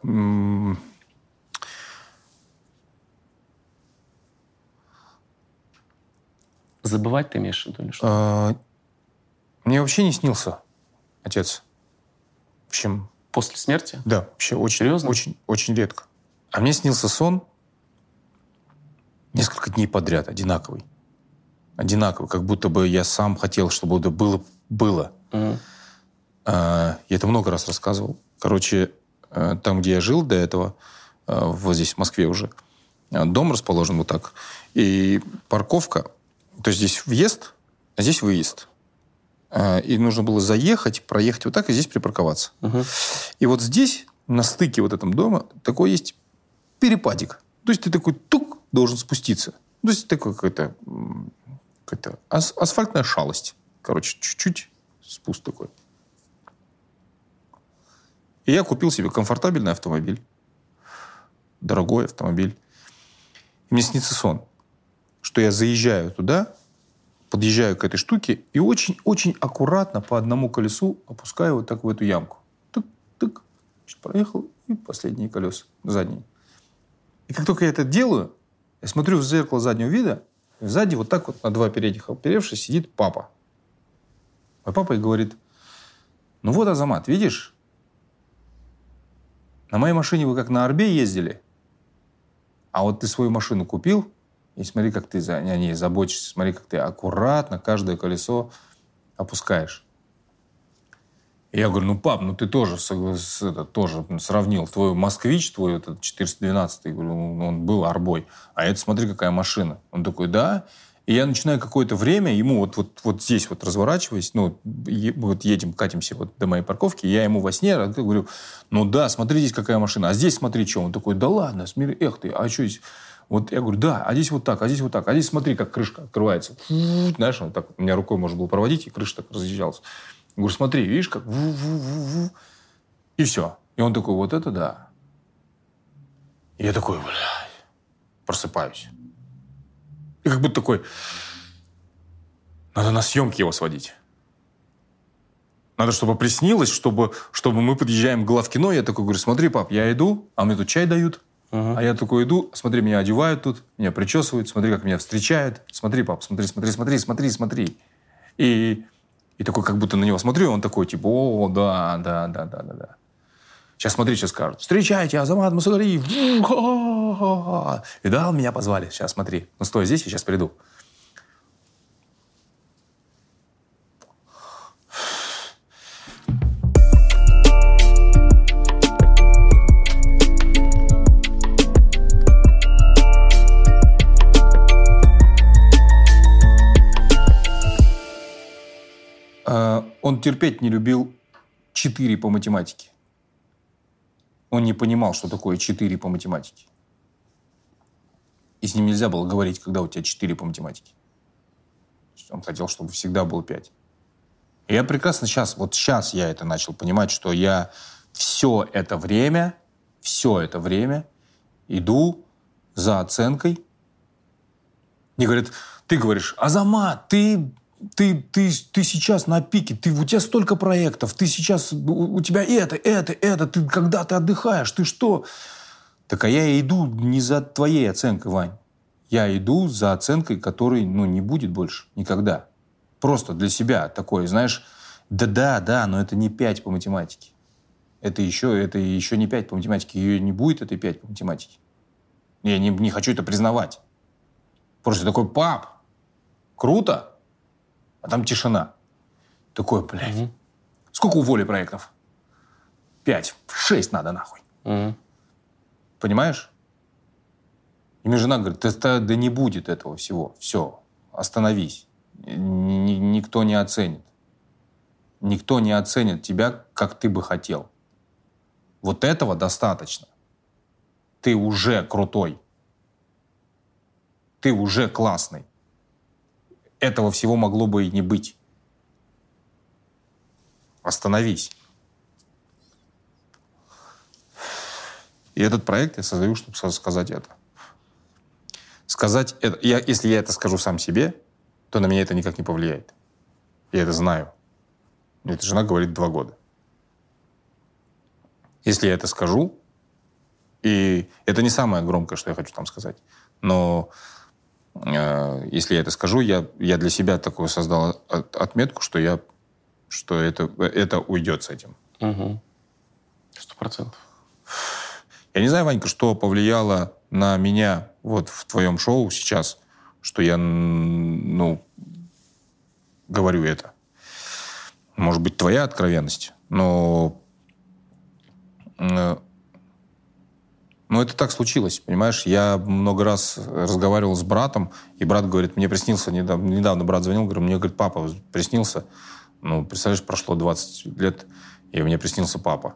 Забывать ты имеешь в виду или что? Мне вообще не снился отец. В общем... После смерти? Да, вообще очень, серьезно? Очень, очень редко. А мне снился сон несколько дней подряд, одинаковый. Одинаковый, как будто бы я сам хотел, чтобы это было. Я это много раз рассказывал. Короче, там, где я жил до этого, вот здесь, в Москве уже, дом расположен вот так. И парковка, то есть здесь въезд, а здесь выезд. И нужно было заехать, проехать вот так, и здесь припарковаться. И вот здесь, на стыке вот этого дома, такой есть перепадик. То есть ты такой тук должен спуститься. То есть такой какая-то асфальтная шалость. Короче, чуть-чуть спуск такой. И я купил себе комфортабельный автомобиль. Дорогой автомобиль. И мне снится сон, что я заезжаю туда, подъезжаю к этой штуке и очень-очень аккуратно по одному колесу опускаю вот так в эту ямку. Тык-тык. Проехал, и последние колеса, задние. И как только я это делаю, я смотрю в зеркало заднего вида, и сзади вот так вот на два передних оперевшись сидит папа. Мой папа и говорит: ну вот, Азамат, видишь? На моей машине вы как на Орбе ездили, а вот ты свою машину купил, и смотри, как ты о ней заботишься, смотри, как ты аккуратно каждое колесо опускаешь. И я говорю: ну, пап, ну ты тоже сравнил твой «Москвич», твой этот 412, говорю, он был Орбой, а это смотри, какая машина. Он такой: да. И я начинаю какое-то время ему вот здесь вот разворачиваясь, ну, вот едем, катимся вот до моей парковки, я ему во сне говорю: ну да, смотри, здесь какая машина, а здесь смотри, что. Он такой: да ладно, смотри, эх ты, а что здесь? Вот я говорю: да, а здесь вот так, а здесь вот так, а здесь смотри, как крышка открывается. Знаешь, он так, у меня рукой можно было проводить, и крыша так разъезжалась. Я говорю: смотри, видишь, как и все. И он такой: вот это да. И я такой, блядь, просыпаюсь. И как будто такой: надо на съемки его сводить. Надо, чтобы приснилось, чтобы мы подъезжаем к главкино. Я такой говорю: смотри, пап, я иду, а мне тут чай дают. А я такой иду, смотри, меня одевают тут, меня причесывают, смотри, как меня встречают. Смотри, пап, смотри. И такой, как будто на него смотрю, и он такой, типа: о, да. Сейчас смотри, что скажут. Встречайте, Азамат Мусагалиев. Видал, меня позвали. Сейчас смотри. Ну, стой здесь, я сейчас приду. Он терпеть не любил 4 по математике. Он не понимал, что такое 4 по математике. И с ним нельзя было говорить, когда у тебя 4 по математике. Он хотел, чтобы всегда было 5. И я прекрасно сейчас я это начал понимать, что я все это время иду за оценкой. Мне говорят: ты говоришь: Азамат, ты сейчас на пике, у тебя столько проектов, ты сейчас, у тебя это, ты когда ты отдыхаешь, ты что? Так а я иду не за твоей оценкой, Вань. Я иду за оценкой, которой, не будет больше никогда. Просто для себя такое, знаешь, да, но это не 5 по математике. Это еще не 5 по математике, ее не будет, этой 5 по математике. Я не хочу это признавать. Просто такой: пап, круто. А там тишина. Такой, блядь. Сколько у Воли проектов? 5, 6 надо нахуй. Мгм. Понимаешь? И мне жена говорит, да не будет этого всего. Все, остановись. Никто не оценит. Никто не оценит тебя, как ты бы хотел. Вот этого достаточно. Ты уже крутой. Ты уже классный. Этого всего могло бы и не быть. Остановись. И этот проект я создаю, чтобы сказать это. Сказать это. Если я это скажу сам себе, то на меня это никак не повлияет. Я это знаю. Мне эта жена говорит 2 года. Если я это скажу, и это не самое громкое, что я хочу там сказать, но если я это скажу, я для себя такую создал отметку, что это уйдет с этим. 100%. Я не знаю, Ванька, что повлияло на меня вот в твоем шоу сейчас, что я, говорю это. Может быть, твоя откровенность, но это так случилось, понимаешь? Я много раз разговаривал с братом, и брат говорит, мне приснился, недавно брат звонил, мне говорит, папа приснился. Представляешь, прошло 20 лет, и мне приснился папа.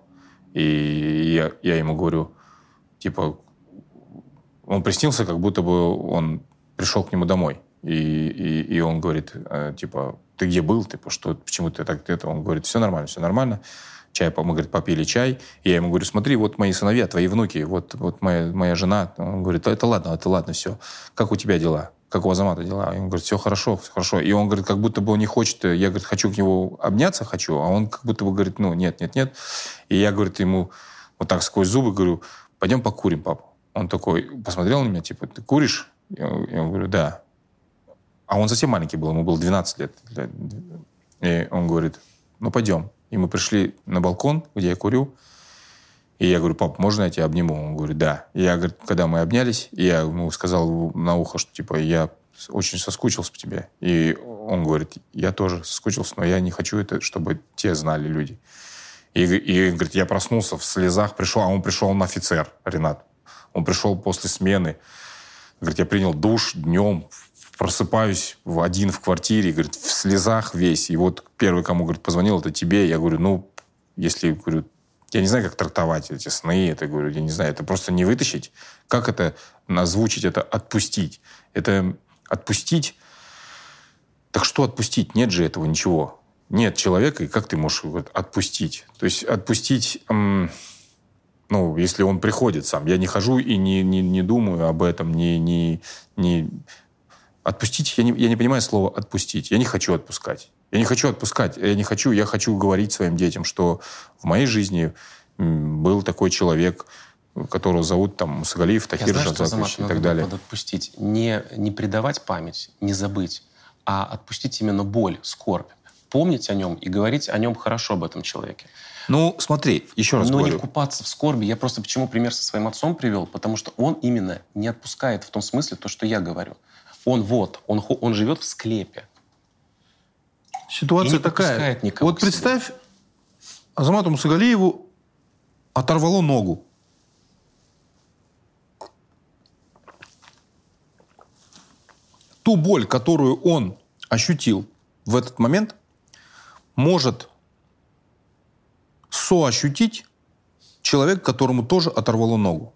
И я ему говорю, типа, он приснился, как будто бы он пришел к нему домой. И он говорит, типа, ты где был? Типа, почему ты так это? Он говорит, все нормально. Мы, говорит, попили чай. И я ему говорю, смотри, вот мои сыновья, твои внуки, вот моя жена. Он говорит, это ладно, все. Как у тебя дела? Как у Азамата дела? И он говорит, все хорошо. И он говорит, как будто бы он не хочет. Я, говорит, хочу к нему обняться, а он как будто бы говорит, нет. И я, говорит, ему вот так сквозь зубы говорю, пойдем покурим, папа. Он такой посмотрел на меня, типа, ты куришь? Я говорю, да. А он совсем маленький был, ему было 12 лет. И он говорит, пойдем. И мы пришли на балкон, где я курю. И я говорю, пап, можно я тебя обниму? Он говорит, да. И я, говорит, когда мы обнялись, я ему сказал на ухо, что, типа, я очень соскучился по тебе. И он говорит, я тоже соскучился, но я не хочу это, чтобы те знали люди. И говорит, я проснулся в слезах, пришел, а он пришел на офицер, Ренат. Он пришел после смены. Говорит, я принял душ днем, просыпаюсь один в квартире, говорит, в слезах весь. И вот первый, кому, говорит, позвонил, это тебе. Я говорю, если, говорю, я не знаю, как трактовать эти сны, это, говорю, я не знаю, это просто не вытащить. Как это озвучить, это отпустить? Это отпустить? Так что отпустить? Нет же этого ничего. Нет человека, и как ты можешь отпустить? То есть отпустить, если он приходит сам. Я не хожу и не думаю об этом, не отпустить, я не понимаю слова «отпустить». Я не хочу отпускать. Я хочу говорить своим детям, что в моей жизни был такой человек, которого зовут там Мусагалиев, Тахир Жадзакович и так далее. Надо отпустить. Не предавать память, не забыть, а отпустить именно боль, скорбь. Помнить о нем и говорить о нем хорошо, об этом человеке. Смотри, еще раз говорю. Но не купаться в скорби. Я просто почему пример со своим отцом привел? Потому что он именно не отпускает в том смысле то, что я говорю. Он живет в склепе. Ситуация такая. Вот представь, Азамату Мусагалиеву оторвало ногу. Ту боль, которую он ощутил в этот момент, может соощутить человек, которому тоже оторвало ногу.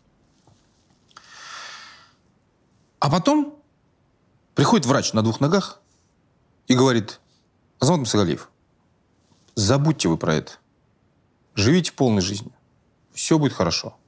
А потом приходит врач на 2 ногах и говорит, Азамат Мусагалиев, забудьте вы про это. Живите полной жизнью. Все будет хорошо.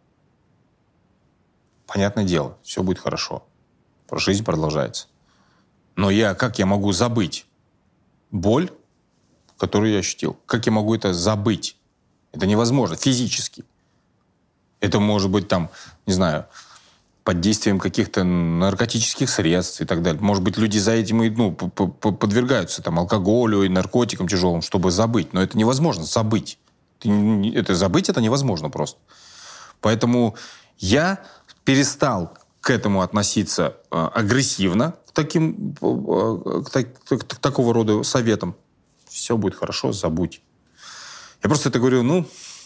Понятное дело, все будет хорошо. Жизнь продолжается. Но как я могу забыть боль, которую я ощутил? Как я могу это забыть? Это невозможно физически. Это может быть там, не знаю, под действием каких-то наркотических средств и так далее. Может быть, люди за этим и подвергаются там, алкоголю и наркотикам тяжелым, чтобы забыть. Но это невозможно забыть. Забыть это невозможно просто. Поэтому я перестал к этому относиться агрессивно, к такого рода советам. Все будет хорошо, забудь. Я просто это говорю,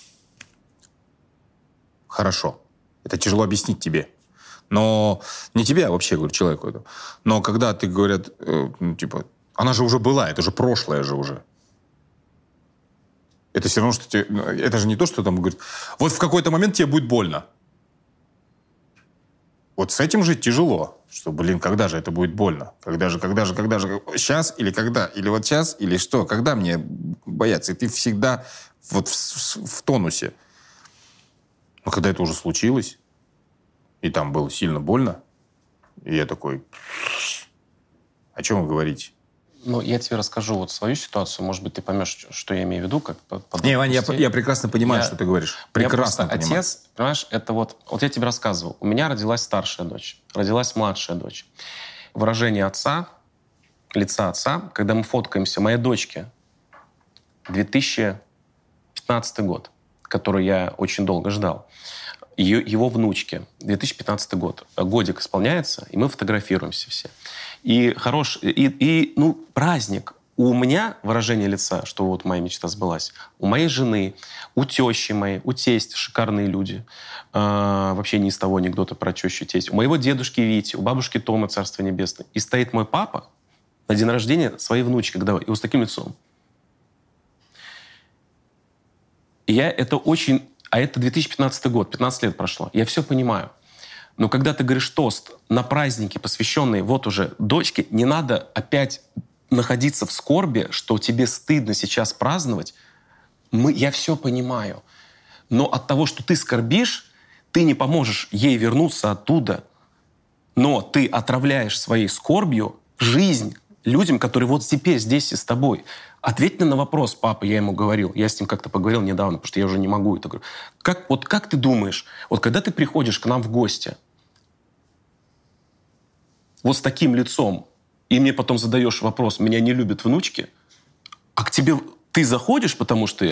хорошо. Это тяжело объяснить тебе. Но не тебе, а вообще, говорю, человеку это. Но когда ты говорят, типа, она же уже была, это же прошлое же уже. Это все равно, что тебе... Это же не то, что там говорит, вот в какой-то момент тебе будет больно. Вот с этим жить тяжело. Что, блин, когда же это будет больно? Когда же? Сейчас или когда? Или вот сейчас? Или что? Когда мне бояться? И ты всегда вот в тонусе. Но когда это уже случилось, и там было сильно больно, и я такой, о чем вы говорите? Ну, я тебе расскажу вот свою ситуацию. Может быть, ты поймешь, что я имею в виду. Не, Вань, я прекрасно понимаю, что ты говоришь. Прекрасно понимаю. Отец, понимаешь, это вот я тебе рассказывал. У меня родилась старшая дочь, родилась младшая дочь. Выражение отца, лица отца, когда мы фоткаемся, моей дочке 2015 год, который я очень долго ждал, его внучке 2015 год. Годик исполняется, и мы фотографируемся все. И праздник. У меня выражение лица, что вот моя мечта сбылась, у моей жены, у тещи моей, у тестя, шикарные люди. Вообще ни из того анекдота про тещу и тесть. У моего дедушки Вити, у бабушки Томы, Царство Небесное. И стоит мой папа на день рождения своей внучки, и вот с таким лицом. И это 2015 год, 15 лет прошло. Я все понимаю. Но когда ты говоришь тост на праздники, посвященные вот уже дочке, не надо опять находиться в скорби, что тебе стыдно сейчас праздновать. Я все понимаю. Но от того, что ты скорбишь, ты не поможешь ей вернуться оттуда. Но ты отравляешь своей скорбью жизнь людям, которые вот теперь здесь и с тобой. Ответь на вопрос, папа, я ему говорил. Я с ним как-то поговорил недавно, потому что я уже не могу это говорить. Как ты думаешь, вот когда ты приходишь к нам в гости, вот с таким лицом, и мне потом задаешь вопрос, меня не любят внучки, а к тебе ты заходишь, потому что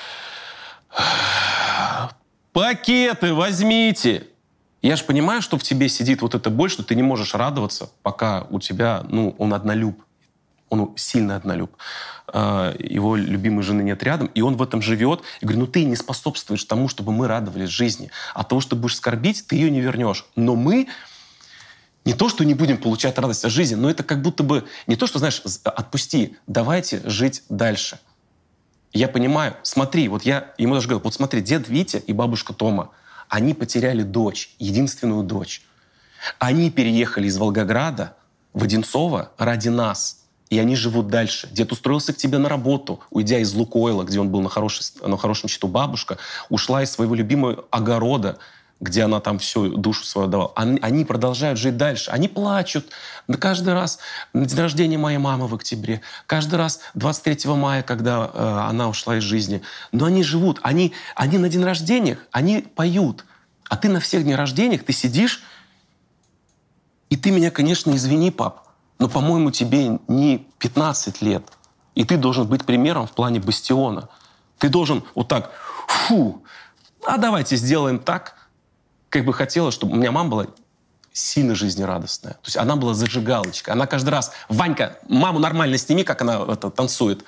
пакеты возьмите. Я же понимаю, что в тебе сидит вот эта боль, что ты не можешь радоваться, пока у тебя, он однолюб. Он сильно однолюб. Его любимой жены нет рядом, и он в этом живет. Я говорю, ты не способствуешь тому, чтобы мы радовались жизни. От того, что будешь скорбить, ты ее не вернешь. Но мы не то, что не будем получать радость от жизни, но это как будто бы не то, что, знаешь, отпусти, давайте жить дальше. Я понимаю, смотри, вот я ему даже говорил, вот смотри, дед Витя и бабушка Тома, они потеряли дочь, единственную дочь. Они переехали из Волгограда в Одинцово ради нас. И они живут дальше. Дед устроился к тебе на работу, уйдя из Лукойла, где он был на хорошем счету. Бабушка ушла из своего любимого огорода, где она там всю душу свою давала. Они продолжают жить дальше. Они плачут каждый раз на день рождения моей мамы в октябре, каждый раз 23 мая, когда она ушла из жизни. Но они живут. Они на день рождения, они поют. А ты на всех днях рождениях, ты сидишь, и ты меня, конечно, извини, пап, но, по-моему, тебе не 15 лет. И ты должен быть примером в плане бастиона. Ты должен вот так, давайте сделаем так, как бы хотела, чтобы у меня мама была сильно жизнерадостная. То есть она была зажигалочкой. Она каждый раз, Ванька, маму нормально сними, как она танцует.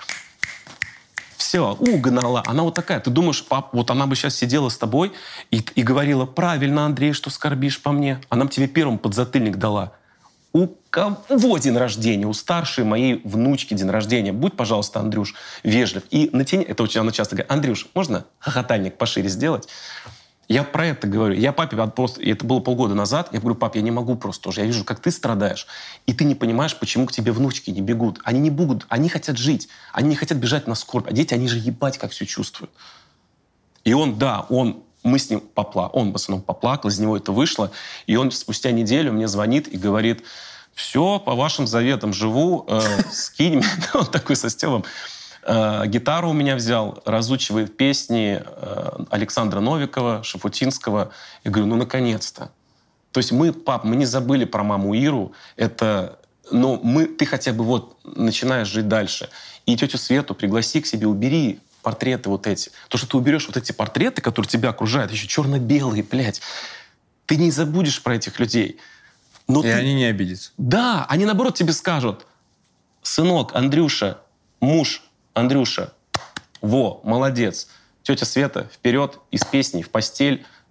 Все, угнала. Она вот такая. Ты думаешь, пап, вот она бы сейчас сидела с тобой и говорила, правильно, Андрей, что скорбишь по мне. Она бы тебе первым подзатыльник дала. У кого день рождения? У старшей моей внучки день рождения. Будь, пожалуйста, Андрюш, вежлив. И натяни... Это очень она часто говорит, Андрюш, можно хохотальник пошире сделать? Я про это говорю. Я папе просто... Это было полгода назад. Я говорю, пап, я не могу просто тоже. Я вижу, как ты страдаешь. И ты не понимаешь, почему к тебе внучки не бегут. Они не будут. Они хотят жить. Они не хотят бежать на скорбь. А дети, они же ебать как все чувствуют. И мы с ним он в основном поплакал, из него это вышло. И он спустя неделю мне звонит и говорит, все, по вашим заветам живу, скинь меня. Он такой со Стевом. Гитару у меня взял, разучивает песни Александра Новикова, Шафутинского. Я говорю, наконец-то. То есть мы не забыли про маму Иру. Но ты хотя бы начинаешь жить дальше. И тетю Свету пригласи к себе, убери портреты вот эти. То, что ты уберешь вот эти портреты, которые тебя окружают, еще черно-белые, блядь, ты не забудешь про этих людей. Они не обидятся. Да, они наоборот тебе скажут, сынок, Андрюша, муж, Андрюша, молодец. Тетя Света, вперед, из песней в постель,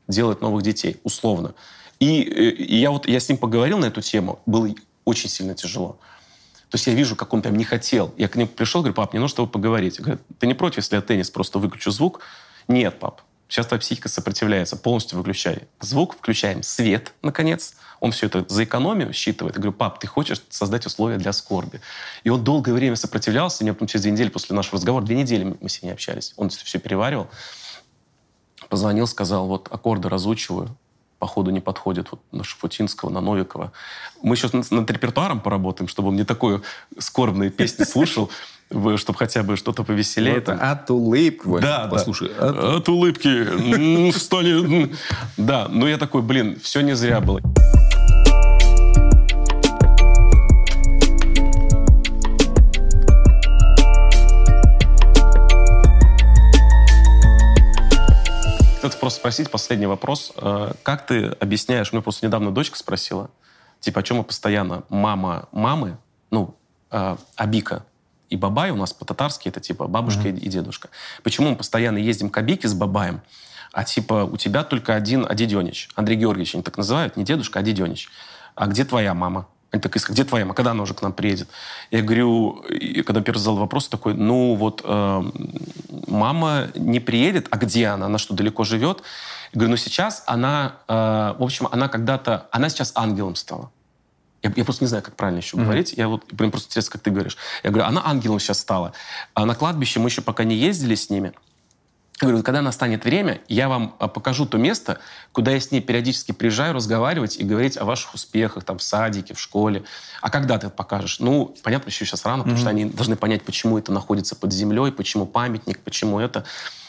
делать новых детей, условно. И я с ним поговорил на эту тему, было очень сильно тяжело. То есть я вижу, как он прям не хотел. Я к нему пришел, говорю: пап, мне нужно с тобой поговорить. Говорит: ты не против, если я теннис просто выключу звук? Нет, пап. Сейчас твоя психика сопротивляется. Полностью выключай звук, включаем свет, наконец. Он все это за экономию считывает. Я говорю: пап, ты хочешь создать условия для скорби? И он долгое время сопротивлялся. И потом через 2 недели после нашего разговора, 2 недели мы с ним не общались. Он все переваривал. Позвонил, сказал: вот аккорды разучиваю. Походу не подходит вот на Шафутинского, на Новикова. Мы сейчас над репертуаром поработаем, чтобы он не такой скорбные песни слушал, чтобы хотя бы что-то повеселее. Вот от улыбки. Да, послушай. От улыбки. Встали. Да, но я такой: блин, все не зря было. Хотел просто спросить, последний вопрос. Как ты объясняешь, мне просто недавно дочка спросила, типа, о чем мы постоянно мамы, Абика и Бабай у нас по-татарски, это типа бабушка и дедушка. Почему мы постоянно ездим к Абике с Бабаем, а типа у тебя только один Дедёнич, Андрей Георгиевич, они так называют, не дедушка, а Дедёнич. А где твоя мама? Они так искали: где твоя мама? Когда она уже к нам приедет? Я говорю, и когда первый задал вопрос, такой: мама не приедет, а где она? Она что, далеко живет? Я говорю: сейчас она, она сейчас ангелом стала. Я просто не знаю, как правильно еще говорить. Блин, просто интересно, как ты говоришь. Я говорю: она ангелом сейчас стала. А на кладбище мы еще пока не ездили с ними. Я говорю: когда настанет время, я вам покажу то место, куда я с ней периодически приезжаю разговаривать и говорить о ваших успехах там, в садике, в школе. А когда ты это покажешь? Понятно, еще сейчас рано, потому что они должны понять, почему это находится под землей, почему памятник, почему это.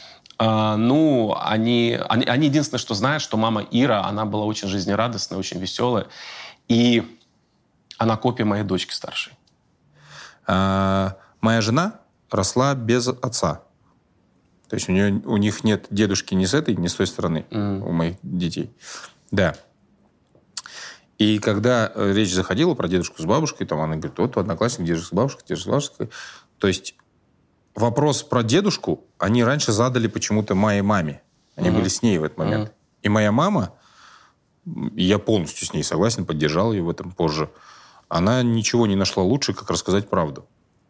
Они единственное, что знают, что мама Ира, она была очень жизнерадостная, очень веселая. И она копия моей дочки старшей. Моя жена росла без отца. То есть у них нет дедушки ни с этой, ни с той стороны, у моих детей. Да. И когда речь заходила про дедушку с бабушкой, там она говорит: вот одноклассник, дедушка с бабушкой. То есть вопрос про дедушку они раньше задали почему-то моей маме. Они были с ней в этот момент. И моя мама, я полностью с ней согласен, поддержал ее в этом позже, она ничего не нашла лучше, как рассказать правду.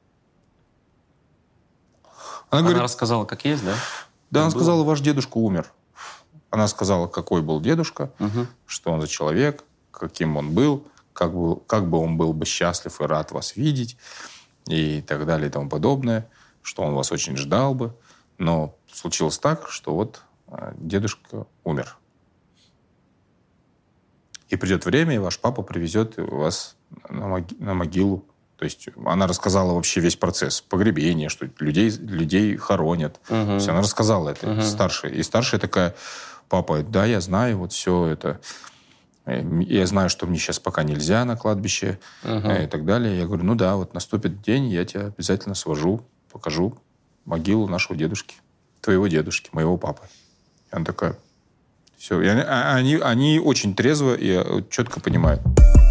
Она рассказала, как есть, да? Да, она сказала: ваш дедушка умер. Она сказала, какой был дедушка, что он за человек, каким он был, как бы он был бы счастлив и рад вас видеть, и так далее, и тому подобное, что он вас очень ждал бы. Но случилось так, что вот дедушка умер. И придет время, и ваш папа привезет вас на могилу. То есть она рассказала вообще весь процесс погребения, что людей хоронят. То есть она рассказала это старшей. И старшая такая: папа, да, я знаю, вот все это. Я знаю, что мне сейчас пока нельзя на кладбище и так далее. Я говорю: да, вот наступит день, я тебя обязательно свожу, покажу могилу нашего дедушки, твоего дедушки, моего папы. И она такая: все. И они очень трезво и четко понимают.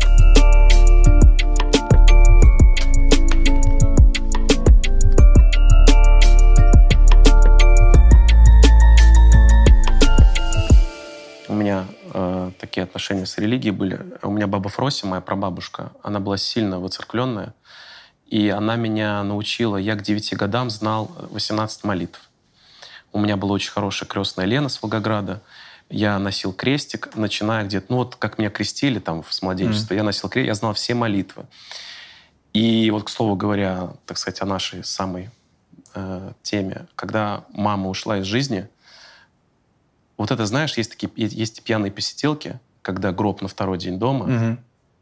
У меня такие отношения с религией были. У меня баба Фрося, моя прабабушка, она была сильно воцеркленная. И она меня научила, я к 9 годам знал 18 молитв. У меня была очень хорошая крестная Лена с Волгограда. Я носил крестик, начиная где-то, как меня крестили там с младенчества, я носил крестик, я знал все молитвы. И вот, к слову говоря, так сказать, о нашей самой теме, когда мама ушла из жизни, вот это, знаешь, есть пьяные посиделки, когда гроб на второй день дома.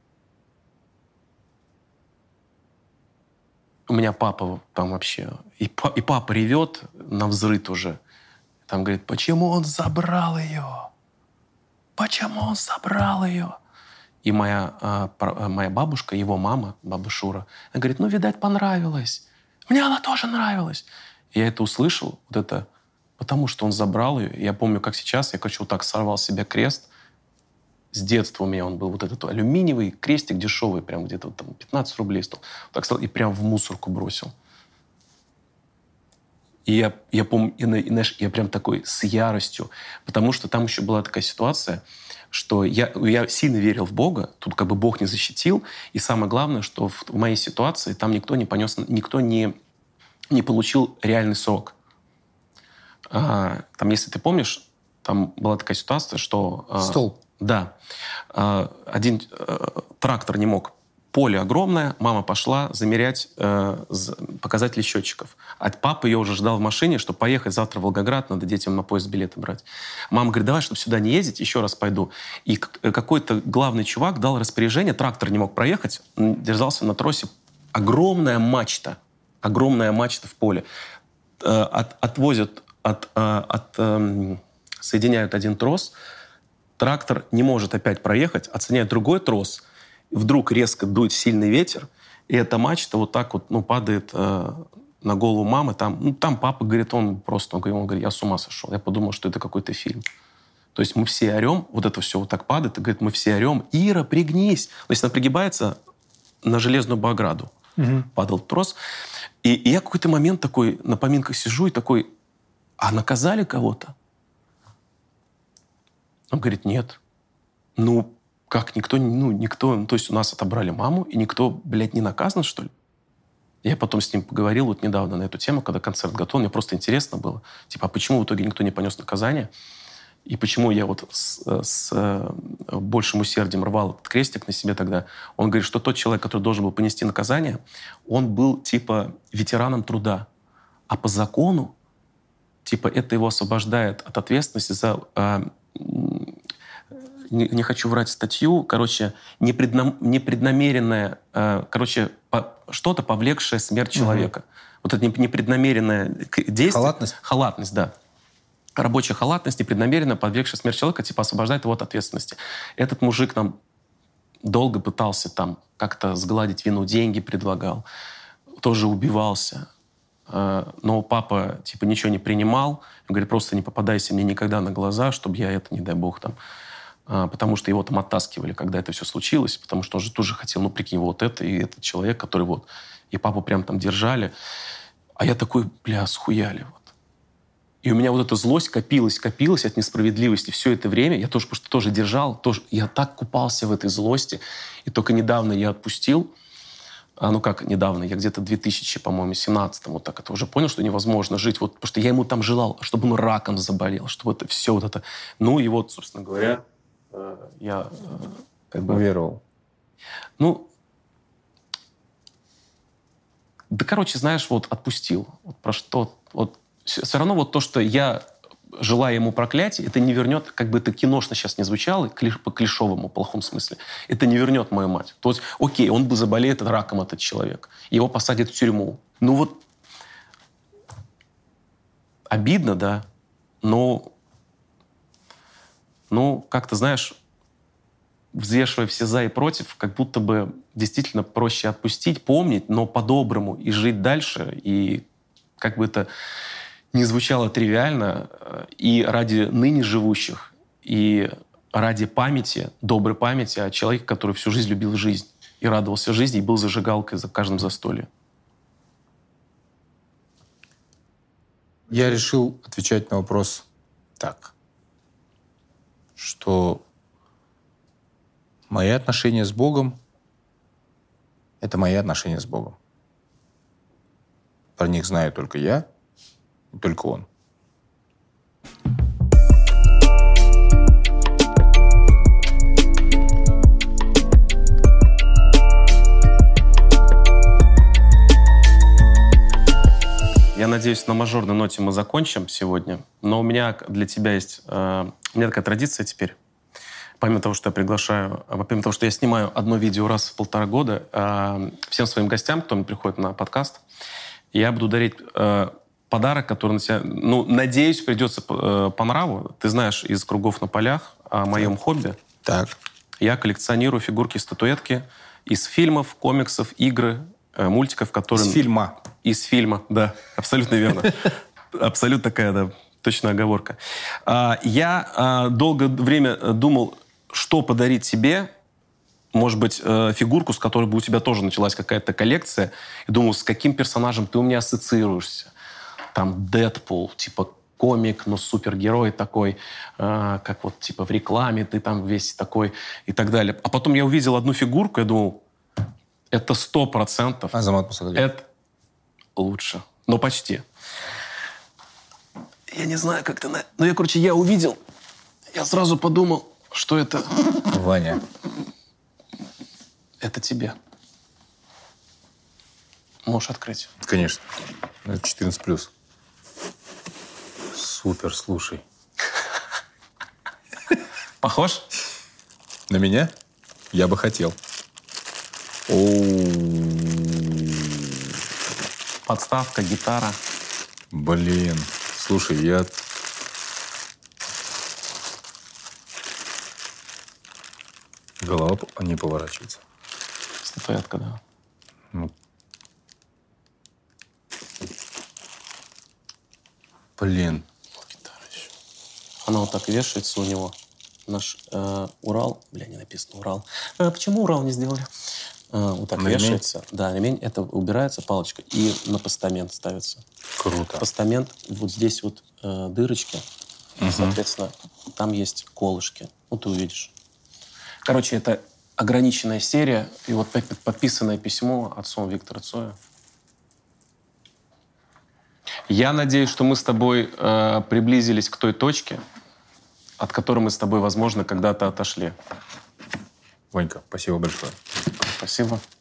У меня папа там вообще... И папа ревет навзрыд уже. Там говорит: почему он забрал ее? Почему он забрал ее? И моя бабушка, его мама, баба Шура, она говорит: видать, понравилось. Мне она тоже нравилась. И я это услышал, вот это... Потому что он забрал ее. Я помню, как сейчас, я, вот так сорвал с себя крест. С детства у меня он был вот этот алюминиевый крестик дешевый, прям где-то там 15 рублей стоил. Так стал и прям в мусорку бросил. И я помню, знаешь, я прям такой с яростью, потому что там еще была такая ситуация, что я сильно верил в Бога, тут как бы Бог не защитил, и самое главное, что в моей ситуации там никто не получил реальный срок. Там, если ты помнишь, там была такая ситуация, что... Стол. Да. Один трактор не мог. Поле огромное, мама пошла замерять показатели счетчиков. А папа ее уже ждал в машине, чтобы поехать завтра в Волгоград, надо детям на поезд билеты брать. Мама говорит, давай, чтобы сюда не ездить, еще раз пойду. И какой-то главный чувак дал распоряжение, трактор не мог проехать, держался на тросе. Огромная мачта в поле. Соединяют один трос, трактор не может опять проехать, отсоединяют другой трос, вдруг резко дует сильный ветер, и эта мачта вот так вот, падает на голову мамы. Там папа говорит, он говорит, я с ума сошел. Я подумал, что это какой-то фильм. То есть мы все орем, вот это все вот так падает, и говорит, мы все орем, Ира, пригнись. То есть она пригибается на железную ограду. Падал трос. И я какой-то момент такой на поминках сижу и такой, а наказали кого-то? Он говорит, нет. Как никто, то есть у нас отобрали маму, и никто, блядь, не наказан, что ли? Я потом с ним поговорил вот недавно на эту тему, когда концерт готов, мне просто интересно было. А почему в итоге никто не понес наказание? И почему я вот с большим усердием рвал этот крестик на себе тогда? Он говорит, что тот человек, который должен был понести наказание, он был, ветераном труда. А по закону, это его освобождает от ответственности за... Не хочу врать статью, непреднамеренное, что-то повлекшее смерть человека. Вот это непреднамеренное действие... Халатность, да. Рабочая халатность, непреднамеренно повлекшая смерть человека, освобождает его от ответственности. Этот мужик нам долго пытался как-то сгладить вину, деньги предлагал, тоже убивался. Но папа, ничего не принимал. Он говорит, просто не попадайся мне никогда на глаза, чтобы я это, не дай бог, потому что его оттаскивали, когда это все случилось, потому что он же тоже хотел, прикинь, вот это и этот человек, который вот... И папу прям держали. А я такой, схуяли. И у меня вот эта злость копилась от несправедливости все это время. Я тоже держал, я так купался в этой злости. И только недавно я отпустил. Как недавно, я где-то в 2017 вот так это уже понял, что невозможно жить. Потому что я ему желал, чтобы он раком заболел, чтобы это все вот это... и вот, собственно говоря, я уверовал. Знаешь, отпустил. Все равно то, что я желаю ему проклятия, это не вернет, это киношно сейчас не звучало, по-клишовому, в плохом смысле, это не вернет мою мать. То есть, окей, он бы заболеет раком, этот человек. Его посадят в тюрьму. Обидно, да, но как-то, знаешь, взвешивая все за и против, как будто бы действительно проще отпустить, помнить, но по-доброму и жить дальше. И как бы это ни звучало тривиально, и ради ныне живущих, и ради памяти, доброй памяти о человеке, который всю жизнь любил жизнь и радовался жизни, и был зажигалкой за каждым застольем. Я решил отвечать на вопрос так, что мои отношения с Богом — это мои отношения с Богом. Про них знаю только я и только Он. Я надеюсь, на мажорной ноте мы закончим сегодня. Но у меня для тебя есть... у меня такая традиция теперь. Помимо того, что я приглашаю... Помимо того, что я снимаю одно видео раз в 1,5 года, всем своим гостям, кто приходит на подкаст, я буду дарить подарок, который на тебя... надеюсь, придется по нраву. Ты знаешь из «Кругов на полях» о моем хобби. Так. Я коллекционирую фигурки, статуэтки из фильмов, комиксов, игры, мультиков, которые... Из фильма, да, абсолютно верно. Абсолютно такая, да, точная оговорка. Я долгое время думал, что подарить себе. Может быть, фигурку, с которой бы у тебя тоже началась какая-то коллекция. И думал, с каким персонажем ты у меня ассоциируешься. там Дэдпул, типа комик, но супергерой такой, как вот типа в рекламе ты там весь такой и так далее. А потом я увидел одну фигурку, я думал, это 100%. Азамат Мусагалиев. Это лучше. Но почти. Я не знаю, как ты... Ну, я увидел, я сразу подумал, что это... Ваня. Это тебе. Можешь открыть. Конечно. Это 14+. Супер, слушай. Похож? На меня? Я бы хотел. Подставка, гитара. Блин. Слушай, я... Голова не поворачивается. Статуэтка, да. Ну. Блин. Гитара еще. Она вот так вешается у него. Наш Урал. Бля, не написано Урал. Почему Урал не сделали? Вот так На вешается. Ремень? Да, ремень. Это убирается палочка и на постамент ставится. Круто. Постамент. Вот здесь вот дырочки. Соответственно, там есть колышки. Вот ты увидишь. Короче, это ограниченная серия. И вот подписанное письмо отцом Виктора Цоя. Я надеюсь, что мы с тобой приблизились к той точке, от которой мы с тобой, возможно, когда-то отошли. Ванька, спасибо большое. Спасибо.